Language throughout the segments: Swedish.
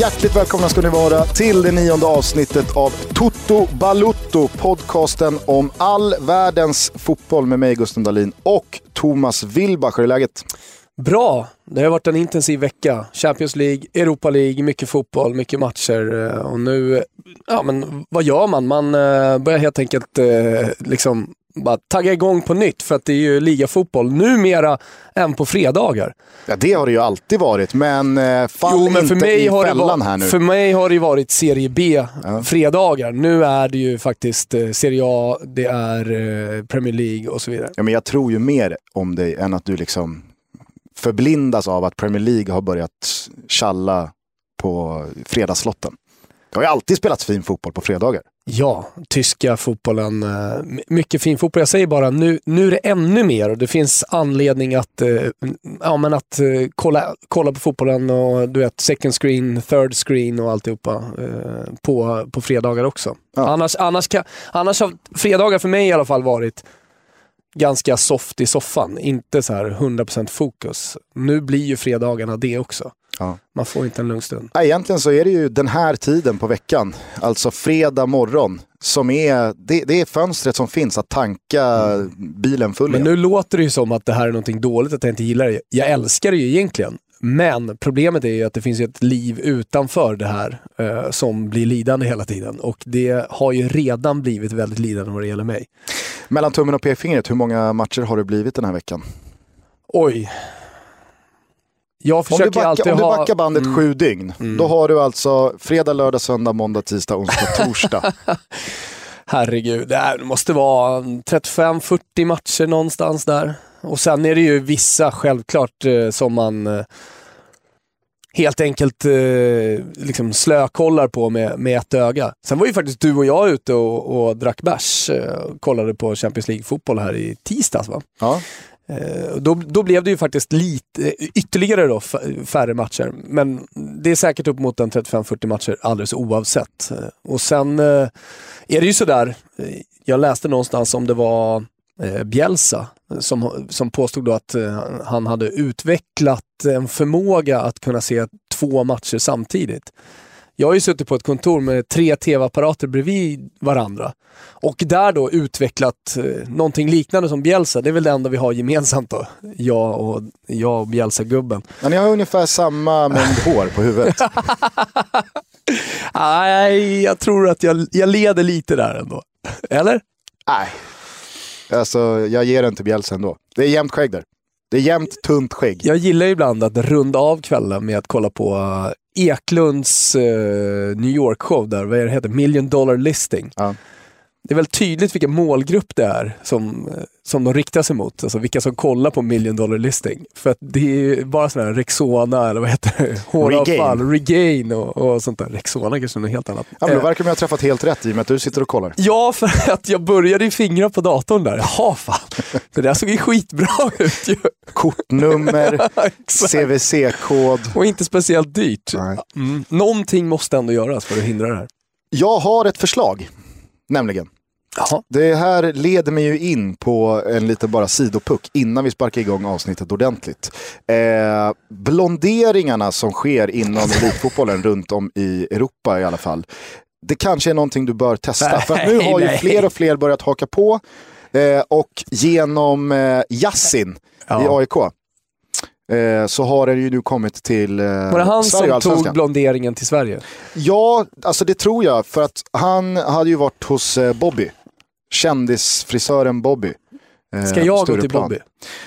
Hjärtligt välkomna ska ni vara till det 9:e avsnittet av Toto Balutto, podcasten om all världens fotboll med mig, Gustav Dahlin, och Thomas Wilbach. Hur är läget? Bra, det har varit en intensiv vecka. Champions League, Europa League, mycket fotboll, mycket matcher. Och nu, ja men vad gör man? Man börjar helt enkelt liksom bara tagga igång på nytt, för att det är ju ligafotboll numera än på fredagar. Ja, det har det ju alltid varit, men fall men inte i fällan här nu. För mig har det ju varit Serie B fredagar. Nu är det ju faktiskt Serie A, det är Premier League och så vidare. Ja, men jag tror ju mer om dig än att du liksom förblindas av att Premier League har börjat tjalla på fredagslotten. Det har ju alltid spelats fin fotboll på fredagar. Ja, tyska fotbollen, mycket fin fotboll. Jag säger bara, nu är det ännu mer, och det finns anledning att, kolla på fotbollen, och du vet, second screen, third screen och alltihopa på fredagar också. Ja. Annars har fredagar för mig i alla fall varit ganska soft i soffan, inte så här 100% fokus. Nu blir ju fredagarna det också. Ja. Man får inte en lugn stund. Egentligen så är det ju den här tiden på veckan, alltså fredag morgon, som är det är fönstret som finns att tanka bilen full. Men nu låter det ju som att det här är någonting dåligt, att jag inte gillar det. Jag älskar det ju egentligen. Men problemet är ju att det finns ett liv utanför det här som blir lidande hela tiden. Och det har ju redan blivit väldigt lidande vad det gäller mig. Mellan tummen och pekfingret, hur många matcher har det blivit den här veckan? Oj. Jag försöker om du backar bandet 7 dygn, då har du alltså fredag, lördag, söndag, måndag, tisdag, onsdag, torsdag. Herregud, det måste vara 35-40 matcher någonstans där. Och sen är det ju vissa självklart som man helt enkelt liksom slökollar på med ett öga. Sen var ju faktiskt du och jag ute och drack bärs, kollade på Champions League-fotboll här i tisdags, va? Ja. Då blev det ju faktiskt ytterligare då färre matcher, men det är säkert upp mot en 35-40 matcher alldeles oavsett. Och sen är det ju sådär, jag läste någonstans om det var Bielsa som påstod då att han hade utvecklat en förmåga att kunna se 2 matcher samtidigt. Jag har ju suttit på ett kontor med 3 tv-apparater bredvid varandra. Och där då utvecklat någonting liknande som Bielsa. Det är väl det enda vi har gemensamt då. Jag och Bielsa-gubben. Men ni har ungefär samma mängd hår på huvudet. Nej, jag tror att jag leder lite där ändå. Eller? Nej. Alltså, jag ger den till Bielsa ändå. Det är jämnt skägg där. Det är jämnt, tunt skägg. Jag gillar ibland att runda av kvällen med att kolla på Eklunds New York-show där. Vad heter det? $1 million listing. Ja. Det är väl tydligt vilken målgrupp det är som de riktar sig mot. Alltså vilka som kollar på $1 million listing. För att det är bara sådana här Rexona eller vad heter det? Håravfall, Regain och sånt där. Rexona kanske är något helt annat. Ja, men då verkar man ha träffat helt rätt i och med att du sitter och kollar. Ja, för att jag började fingra på datorn där. Jaha, fan. Det där såg ju skitbra ut ju. Kortnummer, CVC-kod. Och inte speciellt dyrt. Någonting måste ändå göras för att hindra det här. Jag har ett förslag, nämligen. Jaha. Det här leder mig ju in på en liten bara sidopuck innan vi sparkar igång avsnittet ordentligt. Blonderingarna som sker inom elitfotbollen runt om i Europa i alla fall. Det kanske är någonting du bör testa. Nej, för att nu har ju fler och fler börjat haka på. Och genom Yassin i AIK. Så har det ju nu kommit till var det han Sverige, som tog blonderingen till Sverige? Ja, alltså det tror jag. För att han hade ju varit hos Bobby. Kändisfrisören Bobby. Ska jag gå till Bobby?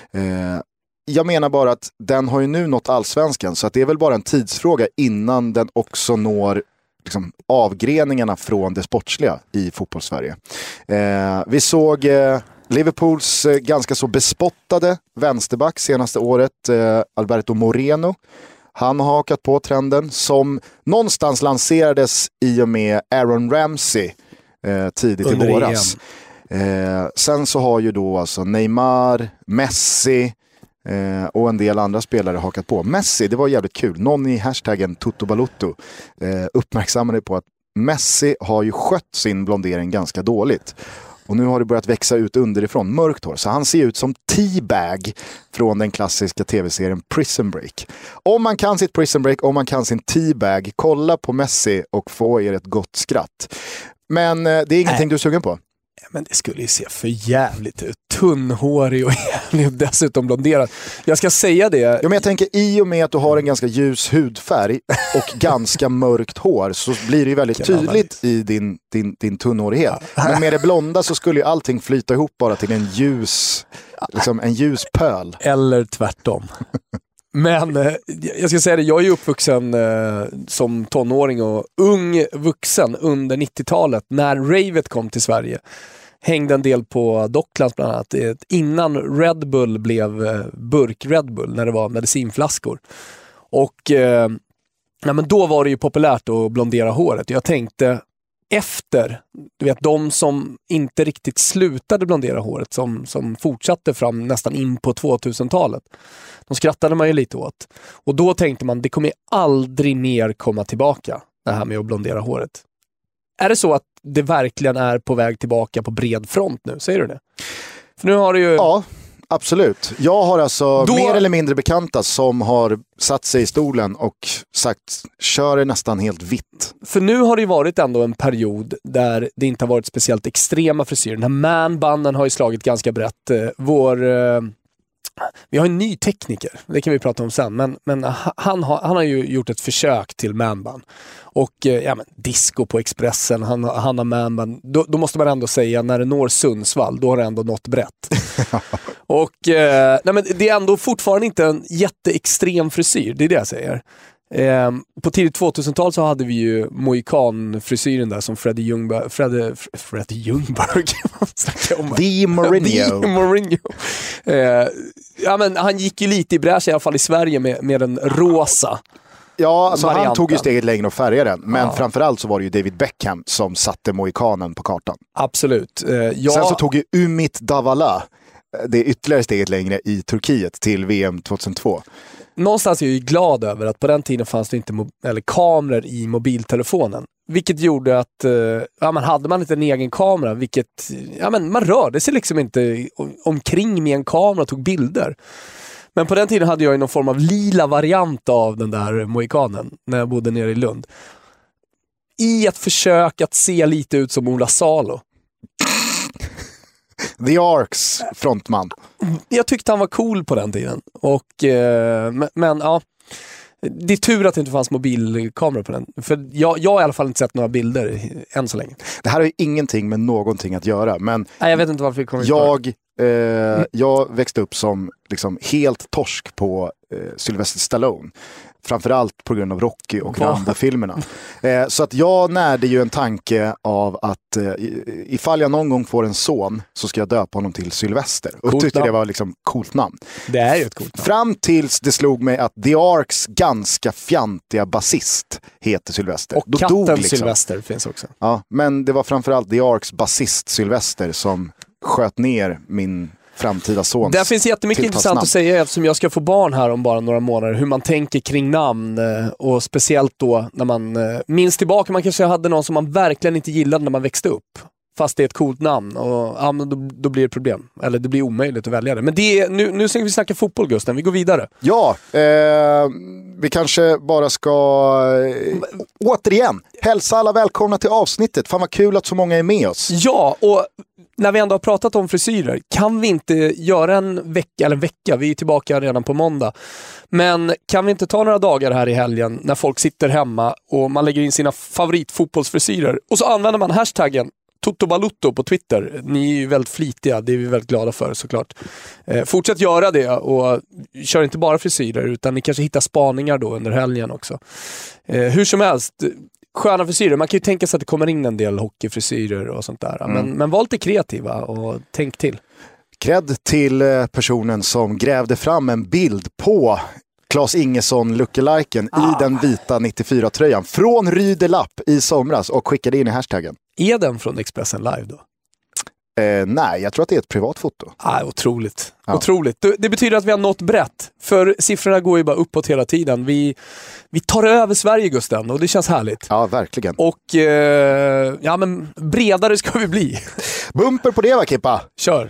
Jag menar bara att den har ju nu nått allsvenskan. Så att det är väl bara en tidsfråga innan den också når liksom avgreningarna från det sportsliga i fotbollssverige. Vi såg Liverpools ganska så bespottade vänsterback senaste året, Alberto Moreno. Han har hakat på trenden som någonstans lanserades i och med Aaron Ramsey tidigt under i våras. Sen så har ju då alltså Neymar, Messi och en del andra spelare hakat på. Messi, det var jävligt kul. Någon i hashtaggen Totobalutto uppmärksammade på att Messi har ju skött sin blondering ganska dåligt. Och nu har det börjat växa ut underifrån, mörkt hår. Så han ser ut som T-Bag från den klassiska tv-serien Prison Break. Om man kan sitt Prison Break, om man kan sin T-Bag, kolla på Messi och få er ett gott skratt. Men det är ingenting du är sugen på? Men det skulle ju se för jävligt ut. Tunnhårig och jävligt och dessutom blonderad. Jag ska säga det. Ja, men jag tänker, i och med att du har en ganska ljus hudfärg och ganska mörkt hår, så blir det ju väldigt tydligt i din tunnhårighet. Men med det blonda så skulle ju allting flyta ihop bara till en ljus pöl. Eller tvärtom. Men jag ska säga det, jag är ju uppvuxen som tonåring och ung vuxen under 90-talet när ravet kom till Sverige. Hängde en del på Docklands bland annat, innan Red Bull blev burk Red Bull, när det var medicinflaskor. Och men då var det ju populärt att blondera håret. Jag tänkte efter, du vet, de som inte riktigt slutade blondera håret, som fortsatte fram nästan in på 2000-talet. De skrattade man ju lite åt. Och då tänkte man, det kommer aldrig mer komma tillbaka, det här med att blondera håret. Är det så att det verkligen är på väg tillbaka på bred front nu? Säger du det? För nu har du ju... Ja, absolut. Jag har alltså mer eller mindre bekanta som har satt sig i stolen och sagt, kör det nästan helt vitt. För nu har det ju varit ändå en period där det inte har varit speciellt extrema frisyrer. Den här man-banden har ju slagit ganska brett. Vi har en ny tekniker, det kan vi prata om sen, men han har ju gjort ett försök till manband. Och disco på Expressen, han har manband. Då måste man ändå säga, när det når Sundsvall, då har det ändå nått brett. Och men det är ändå fortfarande inte en jätteextrem frisyr, det är det jag säger. På tidigt 2000-tal så hade vi ju Mohikan-frisyren där som Freddie Ljungberg Di Mourinho. Men han gick ju lite i bräsch i alla fall i Sverige med den rosa. Ja, alltså varianten. han tog ju steget längre och färgade den. Men framförallt så var det ju David Beckham som satte mohikanen på kartan. Absolut. Sen så tog ju Ümit Davala det ytterligare steget längre i Turkiet till VM 2002. Någonstans är jag ju glad över att på den tiden fanns det inte kameror i mobiltelefonen. Vilket gjorde att hade man inte en egen kamera, man rörde sig liksom inte omkring med en kamera och tog bilder. Men på den tiden hade jag någon form av lila variant av den där mohikanen när jag bodde nere i Lund. I ett försök att se lite ut som Ola Salo. The Arcs frontman. Jag tyckte han var cool på den tiden. Och, men ja, det är tur att det inte fanns mobilkamera på den. För jag har i alla fall inte sett några bilder än så länge. Det här har ju ingenting med någonting att göra. Men nej, jag vet inte varför vi kommer jag växte upp som liksom helt torsk på Sylvester Stallone. Framförallt på grund av Rocky och Rambo-filmerna. Så att jag närde ju en tanke av att ifall jag någon gång får en son så ska jag döpa honom till Sylvester. Och tyckte det var liksom coolt namn. Det är ju ett coolt namn. Fram tills det slog mig att The Arcs ganska fjantiga basist heter Sylvester. Och då katten dog liksom. Sylvester finns också. Ja, men det var framförallt The Arcs basist Sylvester som sköt ner min framtida sons. Det finns jättemycket intressant att säga eftersom jag ska få barn här om bara några månader. Hur man tänker kring namn och speciellt då när man minns tillbaka, man kanske hade någon som man verkligen inte gillade när man växte upp. Fast det är ett coolt namn och då blir det problem. Eller det blir omöjligt att välja det. Men nu ska vi snacka fotboll, Gusten. Vi går vidare. Ja, vi kanske bara ska återigen hälsa alla välkomna till avsnittet. Fan vad kul att så många är med oss. Ja, och när vi ändå har pratat om frisyrer, kan vi inte göra en vecka, vi är tillbaka redan på måndag, men kan vi inte ta några dagar här i helgen när folk sitter hemma och man lägger in sina favoritfotbollsfrisyrer och så använder man hashtaggen Totobalutto på Twitter. Ni är ju väldigt flitiga, det är vi väldigt glada för såklart. Fortsätt göra det och kör inte bara frisyrer utan ni kanske hittar spaningar då under helgen också. Hur som helst, sköna frisyrer. Man kan ju tänka sig att det kommer in en del hockeyfrisyrer och sånt där. Men var lite kreativa och tänk till. Cred till personen som grävde fram en bild på Claes Ingesson lookaliken i den vita 94-tröjan från Rydelapp i somras och skickade in i hashtaggen. Är den från Expressen Live då? Nej, jag tror att det är ett privat foto. Otroligt. Ja. Otroligt. Det betyder att vi har nått brett. För siffrorna går ju bara uppåt hela tiden. Vi tar över Sverige, Gusten, och det känns härligt. Ja, verkligen. Och men bredare ska vi bli. Bumper på det va, Kippa? Kör!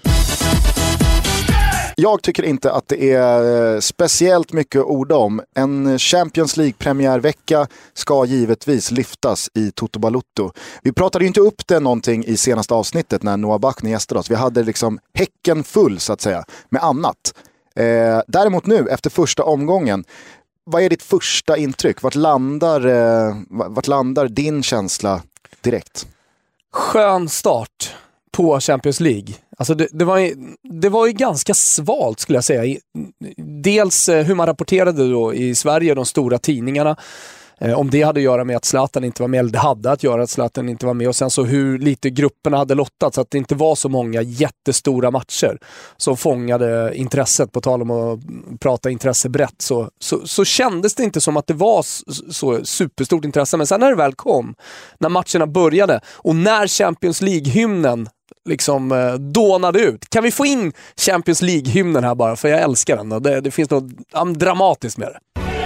Jag tycker inte att det är speciellt mycket att orda om. En Champions League-premiärvecka ska givetvis lyftas i Toto Balotto. Vi pratade ju inte upp det någonting i senaste avsnittet när Noah Bachner gästade oss. Vi hade liksom häcken full så att säga med annat. Däremot nu, efter första omgången, vad är ditt första intryck? Vart landar din känsla direkt? Skön start på Champions League. Alltså det var ju ganska svalt skulle jag säga. Dels hur man rapporterade då i Sverige, de stora tidningarna. Om det hade att göra med att Zlatan inte var med, eller det hade att göra att Zlatan inte var med. Och sen så hur lite grupperna hade lottat, så att det inte var så många jättestora matcher som fångade intresset. På tal om att prata intresse brett så kändes det inte som att det var så superstort intresse. Men sen när det väl kom, när matcherna började och när Champions League-hymnen liksom dånade ut. Kan vi få in Champions League-hymnen här bara? För jag älskar den. Och det finns något dramatiskt med det.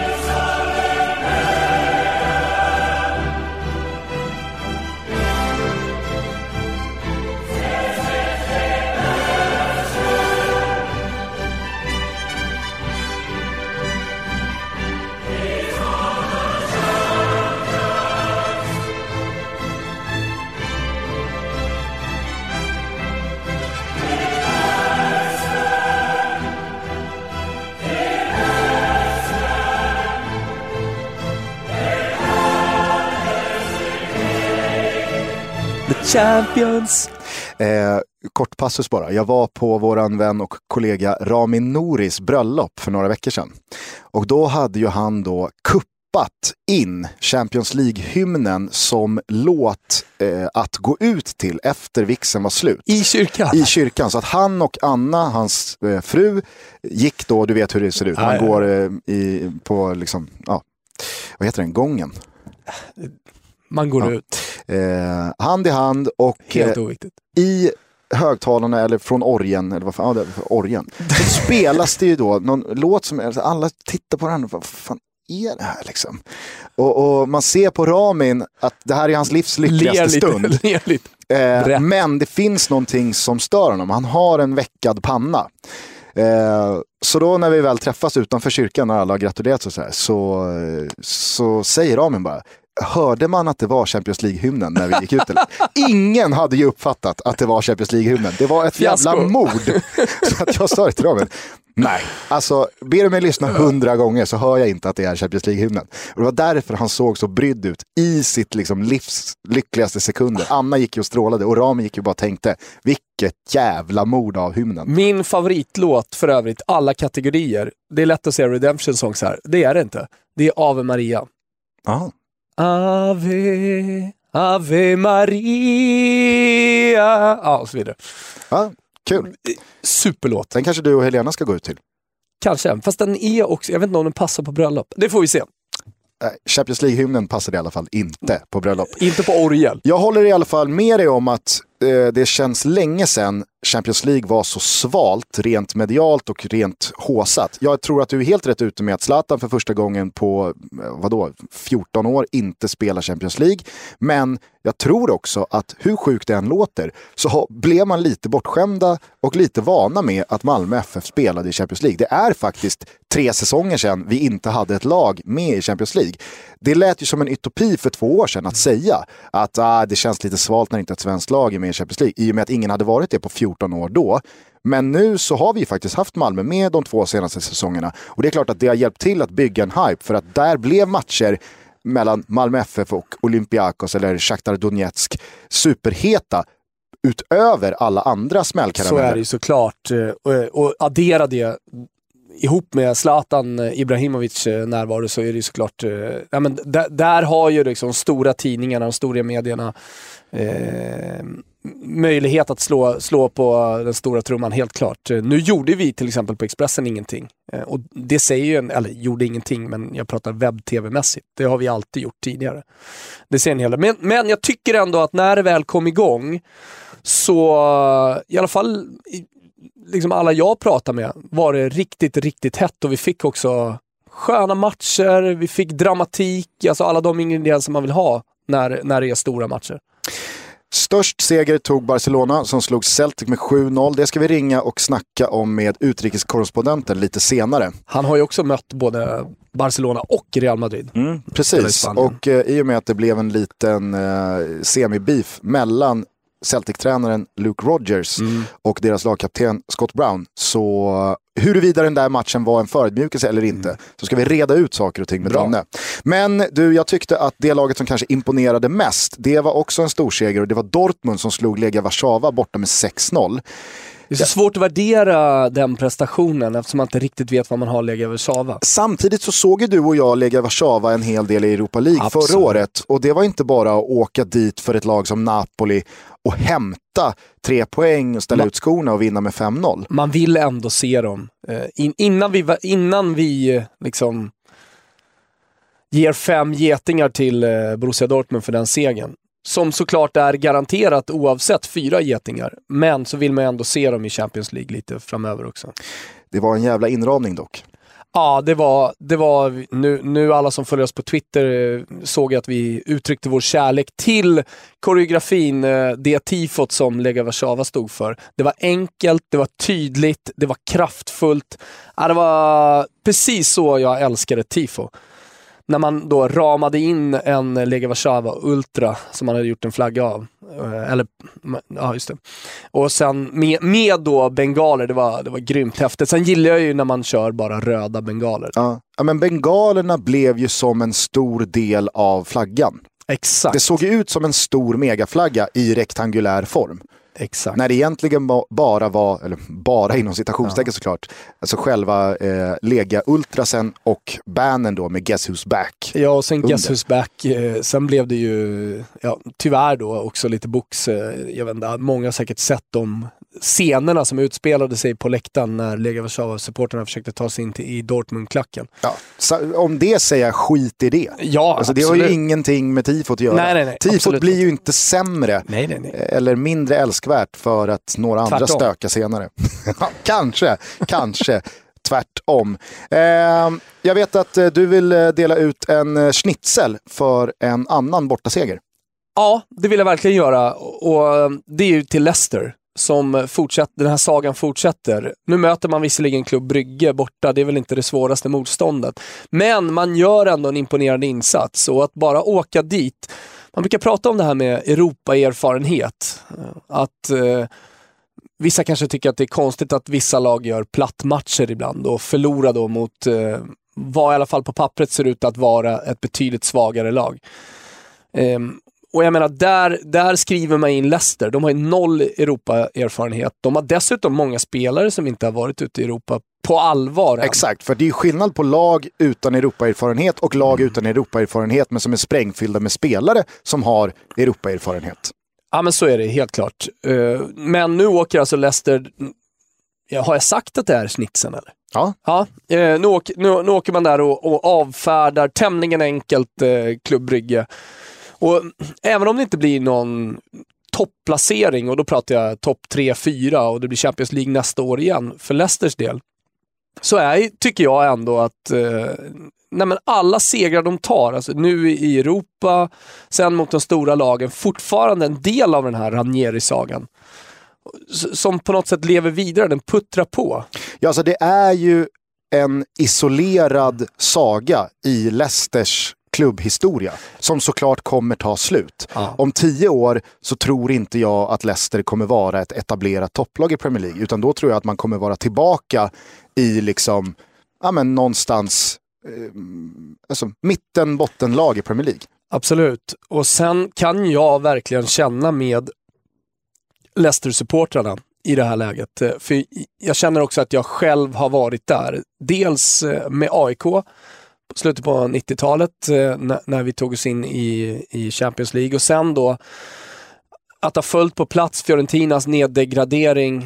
Champions. Kort passus bara. Jag var på våran vän och kollega Ramin Nouris bröllop för några veckor sedan. Och då hade ju han då kuppat in Champions League-hymnen som låt att gå ut till efter vigseln var slut. I kyrkan? I kyrkan. Så att han och Anna, hans fru, gick då, du vet hur det ser ut. Man går på liksom, ja, vad heter den, gången? Man går ut. Hand i hand och helt oviktigt. I högtalarna eller från orgen eller vad fan, orgen. Så spelas det ju då någon låt som alla tittar på den och vad fan är det här liksom? Och man ser på Ramin att det här är hans livs lyckligaste stund. Men det finns någonting som stör honom. Han har en veckad panna. Så då när vi väl träffas utanför kyrkan när alla har gratulerat så säger Ramin bara: hörde man att det var Champions League-hymnen när vi gick ut? Eller? Ingen hade ju uppfattat att det var Champions League-hymnen. Det var ett jävla mord. Så att jag sa det till dem. Nej, alltså ber du mig lyssna 100 gånger så hör jag inte att det är Champions League-hymnen. Och det var därför han såg så brydd ut i sitt liksom livs lyckligaste sekunder. Anna gick ju och strålade och Rami gick ju bara och tänkte, vilket jävla mord av hymnen. Min favoritlåt för övrigt, alla kategorier. Det är lätt att säga Redemption Songs här. Det är det inte. Det är Ave Maria. Aha. Ave, Ave Maria. Ja, och så vidare. Ja, kul. Superlåt. Den kanske du och Helena ska gå ut till. Kanske, fast den är också, jag vet inte om den passar på bröllop. Det får vi se. Champions League-hymnen passade i alla fall inte på bröllop. Inte på orgel. Jag håller i alla fall med dig om att det känns länge sedan Champions League var så svalt, rent medialt och rent håsat. Jag tror att du är helt rätt ute med att Zlatan för första gången på 14 år inte spelar Champions League. Men jag tror också att hur sjukt det än låter så blev man lite bortskämda och lite vana med att Malmö FF spelade i Champions League. Det är faktiskt 3 säsonger sedan vi inte hade ett lag med i Champions League. Det lät ju som en utopi för 2 år sedan att säga att det känns lite svalt när inte ett svenskt lag är med i Champions League, i och med att ingen hade varit det på 14 år då. Men nu så har vi faktiskt haft Malmö med de 2 senaste säsongerna. Och det är klart att det har hjälpt till att bygga en hype, för att där blev matcher mellan Malmö FF och Olympiakos eller Shakhtar Donetsk superheta utöver alla andra smällkarameller. Så är det ju såklart. Och addera det ihop med Zlatan Ibrahimovic närvaro, så är det ju såklart men där har ju liksom stora tidningarna och stora medierna möjlighet att slå på den stora trumman, helt klart. Nu gjorde vi till exempel på Expressen ingenting. Och det säger ju eller gjorde ingenting, men jag pratar webb-tv-mässigt. Det har vi alltid gjort tidigare. Det ser ni heller. Men jag tycker ändå att när det väl kom igång så i alla fall liksom alla jag pratar med var det riktigt, riktigt hett, och vi fick också sköna matcher, vi fick dramatik, alltså alla de ingredienser man vill ha när det är stora matcher. Störst seger tog Barcelona som slog Celtic med 7-0. Det ska vi ringa och snacka om med utrikeskorrespondenten lite senare. Han har ju också mött både Barcelona och Real Madrid. Precis, och i och med att det blev en liten semi-beef mellan Celtic-tränaren Luke Rodgers och deras lagkapten Scott Brown, så huruvida den där matchen var en förödmjukelse eller inte, så ska vi reda ut saker och ting med Danne. Men du, jag tyckte att det laget som kanske imponerade mest, det var också en storseger, och det var Dortmund som slog Legia Warszawa borta med 6-0. Det är så svårt att värdera den prestationen eftersom man inte riktigt vet vad man har Legia Warszawa. Samtidigt så såg ju du och jag Legia Warszawa en hel del i Europa League förra året, och det var inte bara att åka dit för ett lag som Napoli och hämta 3 poäng och ställa ut skorna och vinna med 5-0. Man vill ändå se dem. Innan vi liksom ger 5 getingar till Borussia Dortmund för den segern, som såklart är garanterat oavsett 4 getingar, men så vill man ändå se dem i Champions League lite framöver också. Det var en jävla inramning dock. Ja, det var nu alla som följer oss på Twitter såg att vi uttryckte vår kärlek till koreografin, det tifot som Legia Warszawa stod för. Det var enkelt, det var tydligt, det var kraftfullt. Ja, det var precis så jag älskade tifo. När man då ramade in en Legia Warszawa Ultra som man hade gjort en flagga av. Ja, just det. Och sen med då bengaler, det var grymt häftigt. Sen gillar jag ju när man kör bara röda bengaler. Ja, men bengalerna blev ju som en stor del av flaggan. Exakt. Det såg ju ut som en stor megaflagga i rektangulär form. Exakt. När det egentligen bara var, eller bara inom citationstecken såklart, alltså själva Legia Ultrasen och bannern då med Guess Who's Back. Ja, och sen Guess Who's Back, sen blev det ju tyvärr då också lite box. Jag vet inte, många har säkert sett de scenerna som utspelade sig på läktaren när Legia Warszawa-supporterna försökte ta sig in i Dortmund-klacken. Ja, om det säger jag skit i det. Ja, alltså, det har ju ingenting med tifot att göra. Nej, tifot blir ju inte sämre eller mindre älskvärt för att några andra stökar senare. kanske tvärtom. Jag vet att du vill dela ut en schnitzel för en annan bortaseger. Ja, det vill jag verkligen göra, och det är ju till Leicester som den här sagan fortsätter. Nu möter man visserligen Klubb Brygge borta, det är väl inte det svåraste motståndet. Men man gör ändå en imponerande insats, och att bara åka dit. Man brukar prata om det här med Europa-erfarenhet. Att vissa kanske tycker att det är konstigt att vissa lag gör plattmatcher ibland och förlorar då mot vad i alla fall på pappret ser ut att vara ett betydligt svagare lag. Och jag menar, där skriver man in Leicester. De har ju 0 Europa-erfarenhet. De har dessutom många spelare som inte har varit ute i Europa på allvar än. Exakt, för det är ju skillnad på lag utan Europa-erfarenhet och lag utan Europa-erfarenhet men som är sprängfyllda med spelare som har Europa-erfarenhet. Ja, men så är det helt klart. Men nu åker alltså Leicester... Har jag sagt att det är snitsen eller? Ja. Nu åker man där och avfärdar tämligen enkelt Klubb Brygge. Och även om det inte blir någon topplacering, och då pratar jag topp 3-4 och det blir Champions League nästa år igen för Leicesters del, så tycker jag ändå att alla segrar de tar, alltså nu i Europa, sen mot de stora lagen, fortfarande en del av den här Ranieri-sagan som på något sätt lever vidare, den puttrar på. Ja, alltså det är ju en isolerad saga i Leicesters klubbhistoria som såklart kommer ta slut. Om 10 år så tror inte jag att Leicester kommer vara ett etablerat topplag i Premier League, utan då tror jag att man kommer vara tillbaka i liksom, någonstans alltså mitten-bottenlag i Premier League. Absolut. Och sen kan jag verkligen känna med Leicester-supportrarna i det här läget. För jag känner också att jag själv har varit där. Dels med AIK slutet på 90-talet när vi tog oss in i Champions League, och sen då att ha följt på plats Fiorentinas neddegradering,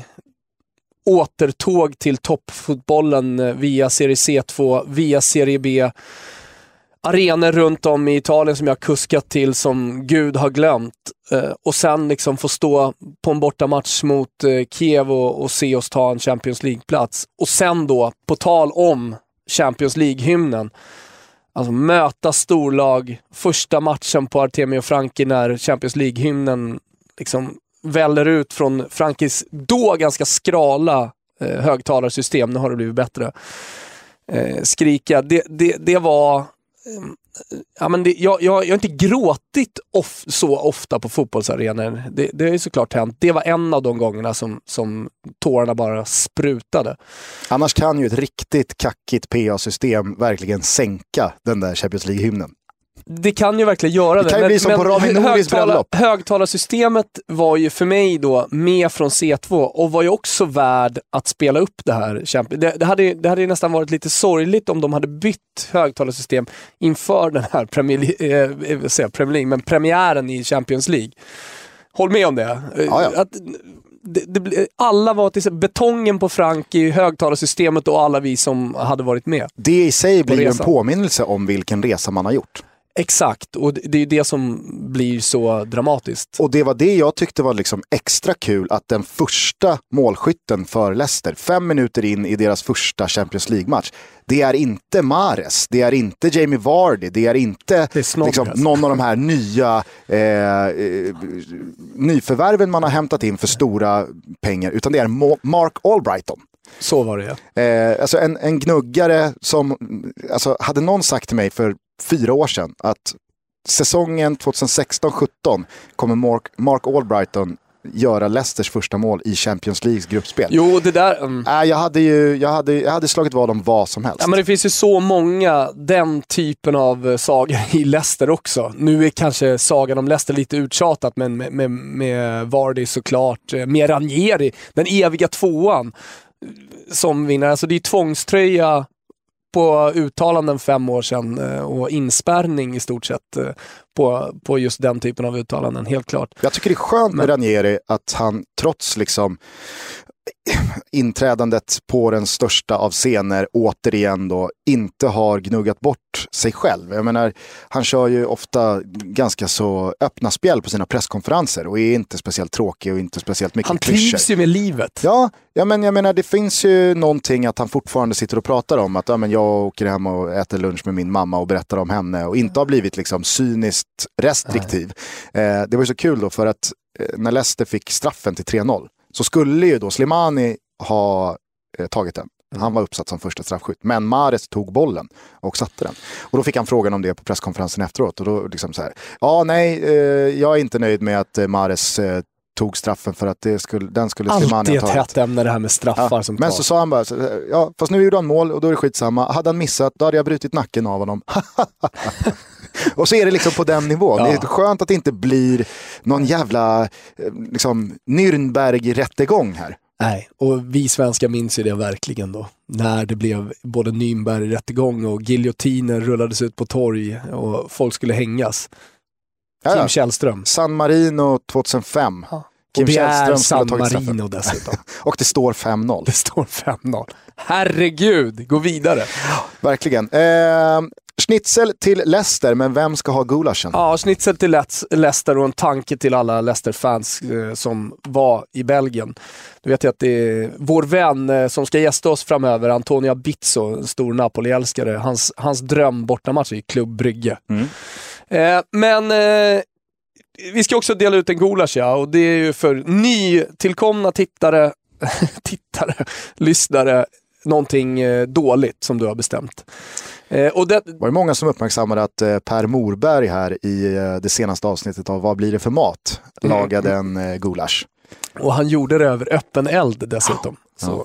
återtåg till toppfotbollen via Serie C2, via Serie B, arenor runt om i Italien som jag kuskat till som Gud har glömt, och sen liksom få stå på en bortamatch mot Kiev och se oss ta en Champions League-plats, och sen då, på tal om Champions League-hymnen, alltså möta storlag, första matchen på Artemio Franchi när Champions League-hymnen liksom väller ut från Frankis då ganska skrala högtalarsystem. Nu har det blivit bättre. Skrika. Det var... Ja, men jag har inte gråtit så ofta på fotbollsarenor. Det har ju såklart hänt. Det var en av de gångerna som tårarna bara sprutade. Annars kan ju ett riktigt kackigt PA-system verkligen sänka den där Champions League-hymnen. Det kan ju verkligen göra det. Det kan ju bli som på Ravi Noris bröllop. Högtalarsystemet var ju för mig då med från C2 och var ju också värd att spela upp det här. Det hade ju nästan varit lite sorgligt om de hade bytt högtalarsystem inför den här Premier League, men premiären i Champions League. Håll med om det. Ja. Att alla var till betongen på Frank i högtalarsystemet och alla vi som hade varit med. Det i sig blir ju en påminnelse om vilken resa man har gjort. Exakt, och det är ju det som blir så dramatiskt. Och det var det jag tyckte var liksom extra kul, att den första målskytten för Leicester, 5 minuter in i deras första Champions League-match, det är inte Mahrez, det är inte Jamie Vardy, det är inte liksom, någon av de här nya nyförvärven man har hämtat in för stora pengar, utan det är Mark Albrighton. Så var det, ja. Alltså en gnuggare som, alltså, hade någon sagt till mig för 4 år sedan att säsongen 2016-17 kommer Mark Albrighton göra Leicesters första mål i Champions Leagues gruppspel. Jo, det där... Jag hade slagit vad om vad som helst. Ja, men det finns ju så många den typen av sagor i Leicester också. Nu är kanske sagan om Leicester lite uttjatat, men med Vardy såklart, med Ranieri, den eviga tvåan som vinner. Alltså det är tvångströja på uttalanden 5 år sedan och inspärrning i stort sett på just den typen av uttalanden, helt klart. Jag tycker det är skönt med Ranieri att han trots liksom inträdandet på den största av scener återigen då inte har gnuggat bort sig själv. Jag menar, han kör ju ofta ganska så öppna spel på sina presskonferenser och är inte speciellt tråkig och inte speciellt mycket klyschor. Han trivs ju med livet. Ja, men jag menar, det finns ju någonting att han fortfarande sitter och pratar om att men jag åker hem och äter lunch med min mamma och berättar om henne och inte har blivit liksom cyniskt restriktiv. Det var ju så kul då, för att när Leicester fick straffen till 3-0 så skulle ju då Slimani ha tagit den. Han var uppsatt som första straffskytt. Men Mahrez tog bollen och satte den. Och då fick han frågan om det på presskonferensen efteråt. Och då liksom så här, jag är inte nöjd med att Mahrez tog straffen för att den skulle Slimani ha tagit. Alltid ett hett ämne det här med straffar som men så sa han bara, fast nu gjorde han mål och då är det skitsamma. Hade han missat, då hade jag brutit nacken av honom. Och så är det liksom på den nivån. Det är skönt att det inte blir någon jävla liksom Nürnberg-rättegång här. Nej, och vi svenskar minns ju det verkligen då. När det blev både Nürnberg-rättegång och giljotiner rullades ut på torg och folk skulle hängas. Kim Källström. San Marino 2005. Ja. Kim Källström San Marino dessutom. Och det står 5-0. Det står 5-0. Herregud, gå vidare. Verkligen. Schnitzel till Leicester, men vem ska ha gulaschen? Ja, schnitzel till Leicester och en tanke till alla Leicester-fans som var i Belgien. Du vet ju att det är vår vän som ska gästa oss framöver, Antonio Abizzo, en stor Napoli-älskare. Hans dröm bortamatch är Club Brygge. Men vi ska också dela ut en gulasch, och det är ju för nytillkomna tittare, lyssnare, någonting dåligt som du har bestämt. Och det var det många som uppmärksammade att Per Morberg här i det senaste avsnittet av Vad blir det för mat lagade en gulasch. Och han gjorde det över öppen eld dessutom.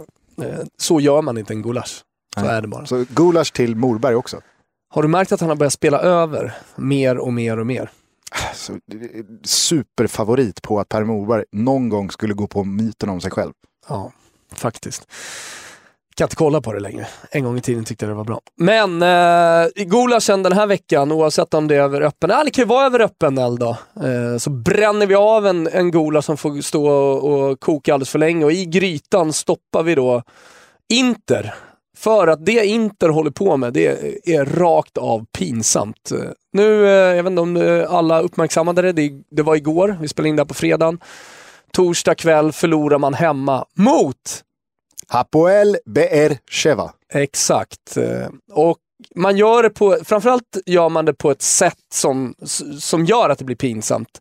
Så gör man inte en gulasch. Så är det bara. Så gulasch till Morberg också. Har du märkt att han har börjat spela över mer och mer och mer? Så, superfavorit på att Per Morberg någon gång skulle gå på myten om sig själv. Ja, faktiskt. Kan inte kolla på det längre. En gång i tiden tyckte jag det var bra. Men i gulaschen den här veckan, oavsett om det är över öppen, det kan ju vara över öppen eld då, så bränner vi av en gulasch som får stå och koka alldeles för länge, och i grytan stoppar vi då Inter. För att det Inter håller på med, det är rakt av pinsamt. Nu, jag vet inte om alla uppmärksammade det var igår, vi spelade in där på fredagen. Torsdag kväll förlorar man hemma mot Hapoel Be'er-Sheva. Exakt. Och man gör det framförallt gör man det på ett sätt som gör att det blir pinsamt.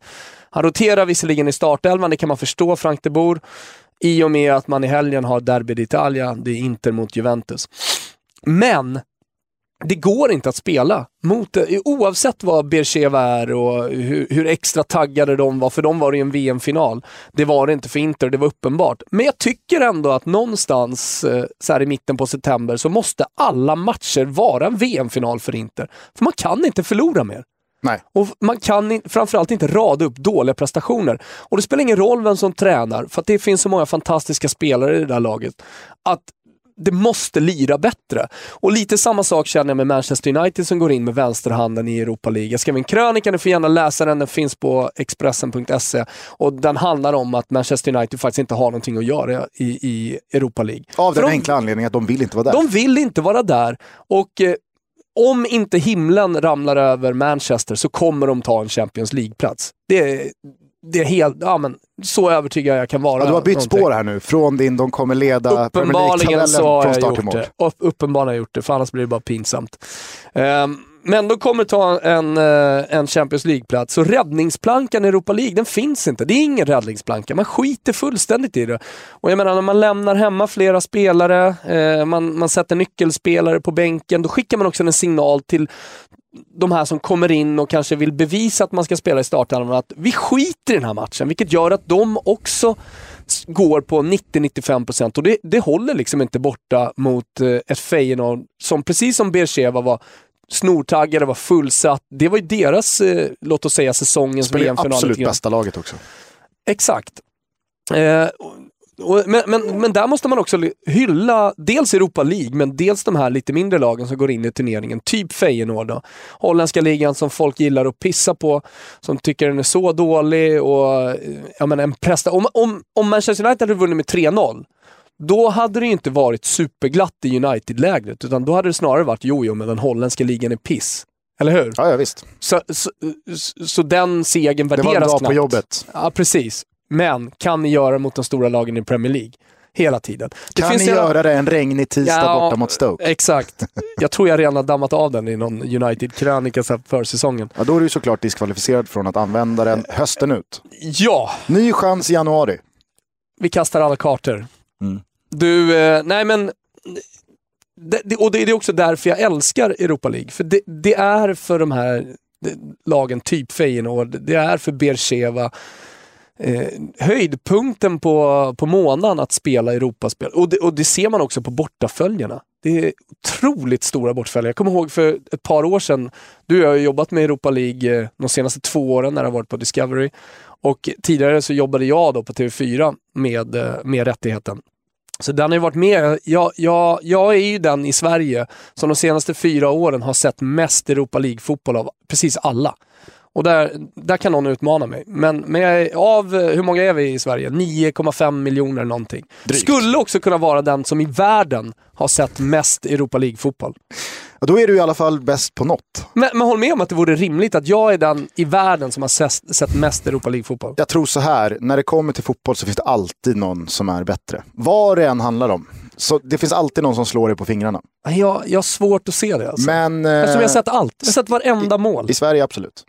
Han roterar visserligen i startelvan, det kan man förstå, Frank de Boer, i och med att man i helgen har Derby d'Italia, det är Inter mot Juventus. Men det går inte att spela mot det, oavsett vad Beersheva är och hur extra taggade de var, för de var i en VM-final. Det var det inte för Inter, det var uppenbart. Men jag tycker ändå att någonstans så här i mitten på september så måste alla matcher vara en VM-final för Inter. För man kan inte förlora mer. Nej. Och man kan framförallt inte rada upp dåliga prestationer. Och det spelar ingen roll vem som tränar, för att det finns så många fantastiska spelare i det där laget, att det måste lira bättre. Och lite samma sak känner jag med Manchester United som går in med vänsterhanden i Europa League. Jag skrev en krönika, ni får gärna läsa den finns på Expressen.se, och den handlar om att Manchester United faktiskt inte har någonting att göra i Europa League. Av den enkla anledningen att de vill inte vara där. De vill inte vara där, och om inte himlen ramlar över Manchester så kommer de ta en Champions League-plats. Det är helt, ja men så övertygad jag kan vara. Ja, du har bytt spår här nu, från de kommer leda Premier League-tabellen från start till mål. Uppenbarligen har jag gjort det, för annars blir det bara pinsamt. Men de kommer ta en Champions League-plats, så räddningsplankan i Europa League, den finns inte. Det är ingen räddningsplanka, man skiter fullständigt i det. Och jag menar, när man lämnar hemma flera spelare, man sätter nyckelspelare på bänken, då skickar man också en signal till de här som kommer in och kanske vill bevisa att man ska spela i starten, att vi skiter i den här matchen, vilket gör att de också går på 90-95%, och det håller liksom inte borta mot ett Feyenoord som precis som Beersheva var snortaggade, var fullsatt. Det var ju deras, låt oss säga, säsongens VM-final. Absolut bästa laget också. Exakt. Men där måste man också hylla dels Europa League, men dels de här lite mindre lagen som går in i turneringen, typ Feyenoord då. Holländska ligan som folk gillar att pissa på, som tycker den är så dålig, och jag menar, om Manchester United hade vunnit med 3-0, då hade det inte varit superglatt i United-lägret, utan då hade det snarare varit men den holländska ligan är piss. Eller hur? Ja, visst. Så den segern värderas knappt. Det var bra på jobbet. Ja, precis. Men kan ni göra mot de stora lagen i Premier League? Hela tiden. Kan ni göra det en regnig tisdag borta mot Stoke? Exakt. Jag tror jag redan har dammat av den i någon United-krönika för säsongen. Ja, då är du såklart diskvalificerad från att använda den hösten ut. Ja. Ny chans i januari. Vi kastar alla kartor. Nej men... Och det är också därför jag älskar Europa League. För det är för de här lagen, typ Feyenoord, det är för Beersheva höjdpunkten på månaden att spela Europaspel. Och det ser man också på bortaföljerna. Det är otroligt stora bortföljer. Jag kommer ihåg för ett par år sedan, du har ju jobbat med Europa League de senaste 2 åren när jag har varit på Discovery. Och tidigare så jobbade jag då på TV4 med rättigheten. Så den har ju varit med. Jag är ju den i Sverige som de senaste 4 åren har sett mest Europa League-fotboll av precis alla. Och där kan någon utmana mig. Men av hur många är vi i Sverige? 9,5 miljoner någonting. Drygt. Skulle också kunna vara den som i världen har sett mest Europa League-fotboll. Ja, då är du i alla fall bäst på något. Men håll med om att det vore rimligt att jag är den i världen som har sett mest Europa League-fotboll. Jag tror så här, när det kommer till fotboll så finns det alltid någon som är bättre. Vad det än handlar om. Så det finns alltid någon som slår dig på fingrarna. Jag har svårt att se det. Alltså. Men, eftersom jag har sett allt. Jag har sett varenda mål. I Sverige, absolut.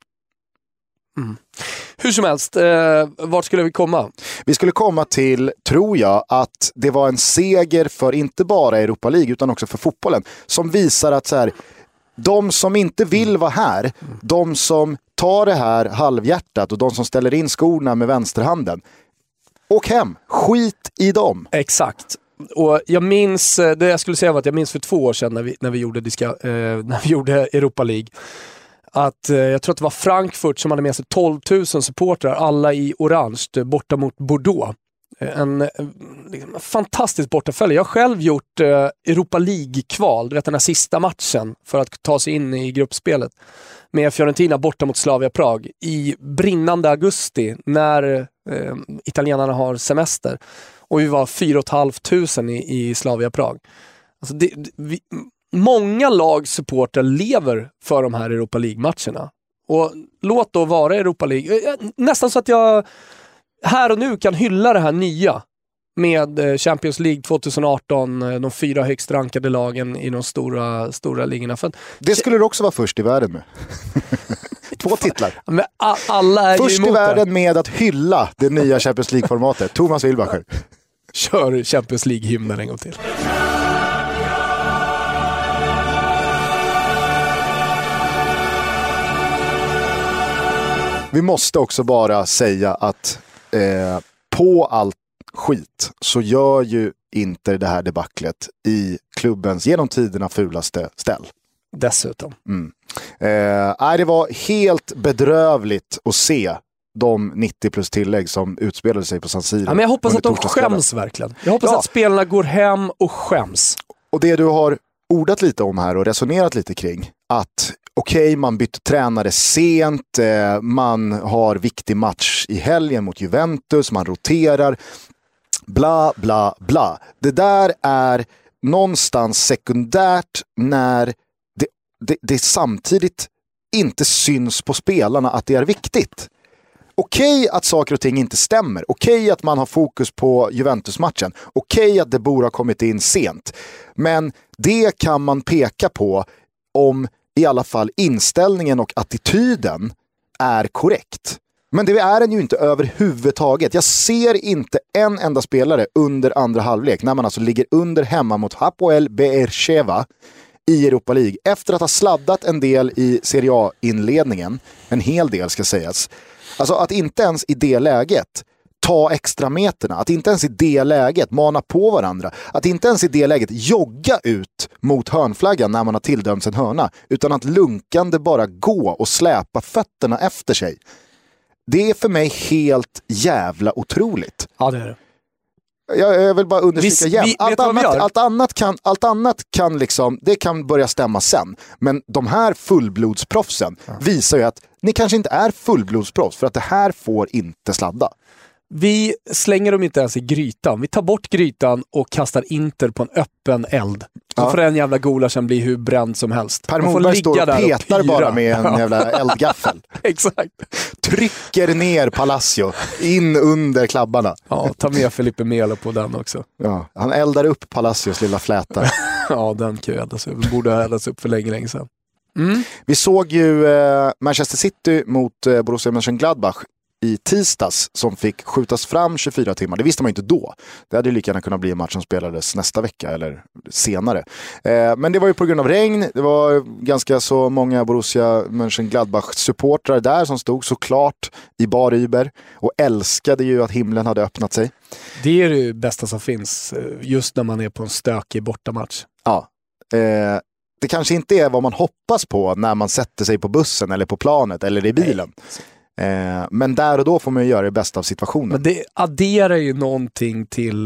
Hur som helst, vart skulle vi komma? Vi skulle komma till, tror jag, att det var en seger för inte bara Europa League utan också för fotbollen. Som visar att så här, de som inte vill vara här, de som tar det här halvhjärtat och de som ställer in skorna med vänsterhanden, åk hem, skit i dem. Exakt. Och jag minns, det jag skulle säga var att jag minns för 2 år sedan när vi gjorde Europa League, att jag tror att det var Frankfurt som hade med sig 12 000 supportrar, alla i orange, borta mot Bordeaux. En fantastisk bortafölje. Jag har själv gjort Europa League-kval, du vet, den här sista matchen för att ta sig in i gruppspelet med Fiorentina borta mot Slavia Prag i brinnande augusti när italienarna har semester. Och vi var 4 500 i Slavia Prag. Alltså många lagsupportrar lever för de här Europa League-matcherna. Och låt då vara Europa League. Nästan så att jag här och nu kan hylla det här nya med Champions League 2018, de 4 högst rankade lagen i de stora ligorna. Det skulle du också vara först i världen med. 2 titlar. Men alla är Först ju emot i världen det. med att hylla det nya Champions League-formatet. Thomas Wilbacher. Kör Champions League-hymnen en gång till. Vi måste också bara säga att på allt skit så gör ju Inter det här debaclet i klubbens genom tiderna fulaste ställ. Dessutom. Det var helt bedrövligt att se de 90 plus tillägg som utspelade sig på San Siro. Ja, men jag hoppas att de skäms verkligen. Jag hoppas att spelarna går hem och skäms. Och det du har ordat lite om här och resonerat lite kring, att okej, man bytte tränare sent, man har viktig match i helgen mot Juventus, man roterar, bla bla bla. Det där är någonstans sekundärt när det samtidigt inte syns på spelarna att det är viktigt. Okej att saker och ting inte stämmer. Okej att man har fokus på Juventus-matchen. Okej att De Boer har kommit in sent. Men det kan man peka på om i alla fall inställningen och attityden är korrekt. Men det är den ju inte överhuvudtaget. Jag ser inte en enda spelare under andra halvlek när man alltså ligger under hemma mot Hapoel Beersheva i Europa League efter att ha sladdat en del i Serie A-inledningen. En hel del ska sägas. Alltså att inte ens i det läget ta extra meterna, att inte ens i det läget mana på varandra, att inte ens i det läget jogga ut mot hörnflaggan när man har tilldömts en hörna, utan att lunkande bara gå och släpa fötterna efter sig. Det är för mig helt jävla otroligt. Ja, det är det. Jag vill bara understryka igen. Allt annat kan liksom, det kan börja stämma sen. Men de här fullblodsproffsen visar ju att ni kanske inte är fullblodsproffs, för att det här får inte sladda. Vi slänger dem inte ens i grytan. Vi tar bort grytan och kastar Inter på en öppen eld. Så får den jävla gulaschen bli hur bränd som helst. Per Morberg står och petar bara med en jävla eldgaffel. Exakt. Trycker ner Palacio in under klabbarna. Ja, ta med Felipe Melo på den också. Ja, han eldar upp Palacios lilla fläta. Ja, den kan ju eldas upp. Vi borde ha eldats upp för länge sedan. Vi såg ju Manchester City mot Borussia Mönchengladbach i tisdags som fick skjutas fram 24 timmar. Det visste man inte då. Det hade ju lika gärna kunnat bli en match som spelades nästa vecka eller senare. Men det var ju på grund av regn. Det var ganska så många Borussia Mönchengladbach-supportrar där som stod såklart i bar Uber och älskade ju att himlen hade öppnat sig. Det är det bästa som finns just när man är på en stökig bortamatch. Ja. Det kanske inte är vad man hoppas på när man sätter sig på bussen eller på planet eller i bilen. Men där och då får man ju göra det bästa av situationen. Men det adderar ju någonting till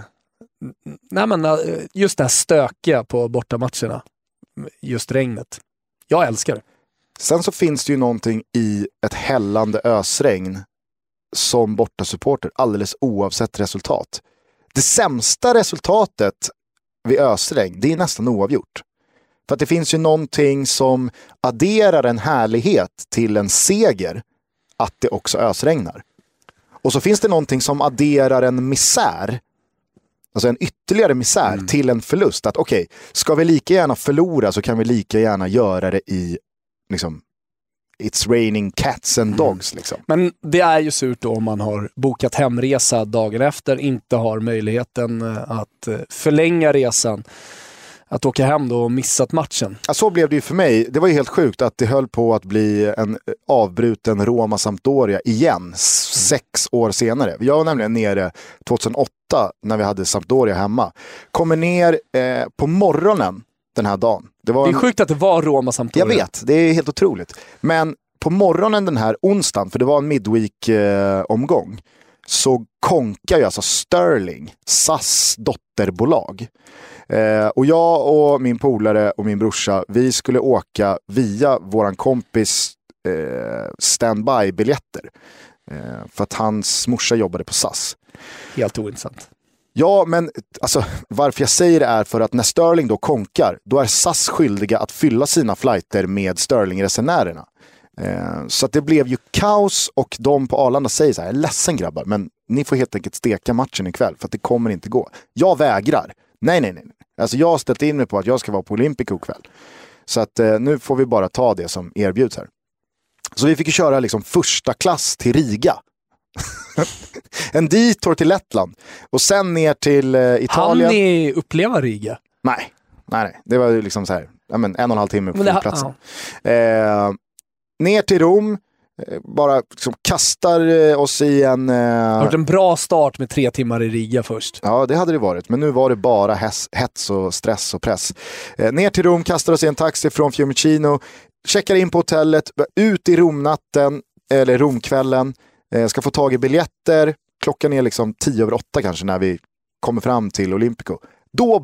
just det här stökiga på bortamatcherna. Just regnet. Jag älskar det. Sen så finns det ju någonting i ett hällande ösregn som bortasupporter alldeles oavsett resultat. Det sämsta resultatet vid ösregn, det är nästan oavgjort. För att det finns ju någonting som adderar en härlighet till en seger att det också ösregnar. Och så finns det någonting som adderar en misär, alltså en ytterligare misär till en förlust. Att okej, ska vi lika gärna förlora så kan vi lika gärna göra det i liksom It's raining cats and dogs liksom. Men det är ju surt då om man har bokat hemresa dagen efter, inte har möjligheten att förlänga resan, att åka hem då och missat matchen. Ja, så blev det ju för mig. Det var ju helt sjukt att det höll på att bli en avbruten Roma-Sampdoria igen 6 år senare. Jag var nämligen nere 2008 när vi hade Sampdoria hemma. Kommer ner på morgonen den här dagen. Det är sjukt att det var Roma-Sampdoria. Jag vet, det är helt otroligt. Men på morgonen den här onsdagen, för det var en midweek-omgång, så konkar ju alltså Sterling, SAS dotterbolag. Och jag och min polare och min brorsa, vi skulle åka via våran kompis standby-biljetter. För att hans morsa jobbade på SAS. Helt ointressant. Ja, men alltså, varför jag säger det är för att när Sterling då konkar, då är SAS skyldiga att fylla sina flighter med Sterling-resenärerna. Så att det blev ju kaos och de på Arlanda säger så här: jag är ledsen grabbar, men ni får helt enkelt steka matchen ikväll för att det kommer inte gå. Jag vägrar. Nej. Alltså jag har ställt in mig på att jag ska vara på Olympico ikväll. Så att nu får vi bara ta det som erbjuds här. Så vi fick ju köra liksom första klass till Riga. En detour till Lettland. Och sen ner till Italien. Han ni uppleva Riga? Nej. Det var ju liksom så här, 1,5 timme på flygplatsen. Ner till Rom. Bara liksom kastar oss i en... Det har varit en bra start med 3 timmar i Riga först. Ja, det hade det varit. Men nu var det bara hets och stress och press. Ner till Rom, kastar oss i en taxi från Fiumicino. Checkar in på hotellet, ut i Romnatten, eller Romkvällen. Ska få tag i biljetter. Klockan är liksom 8:10 kanske när vi kommer fram till Olympico. Då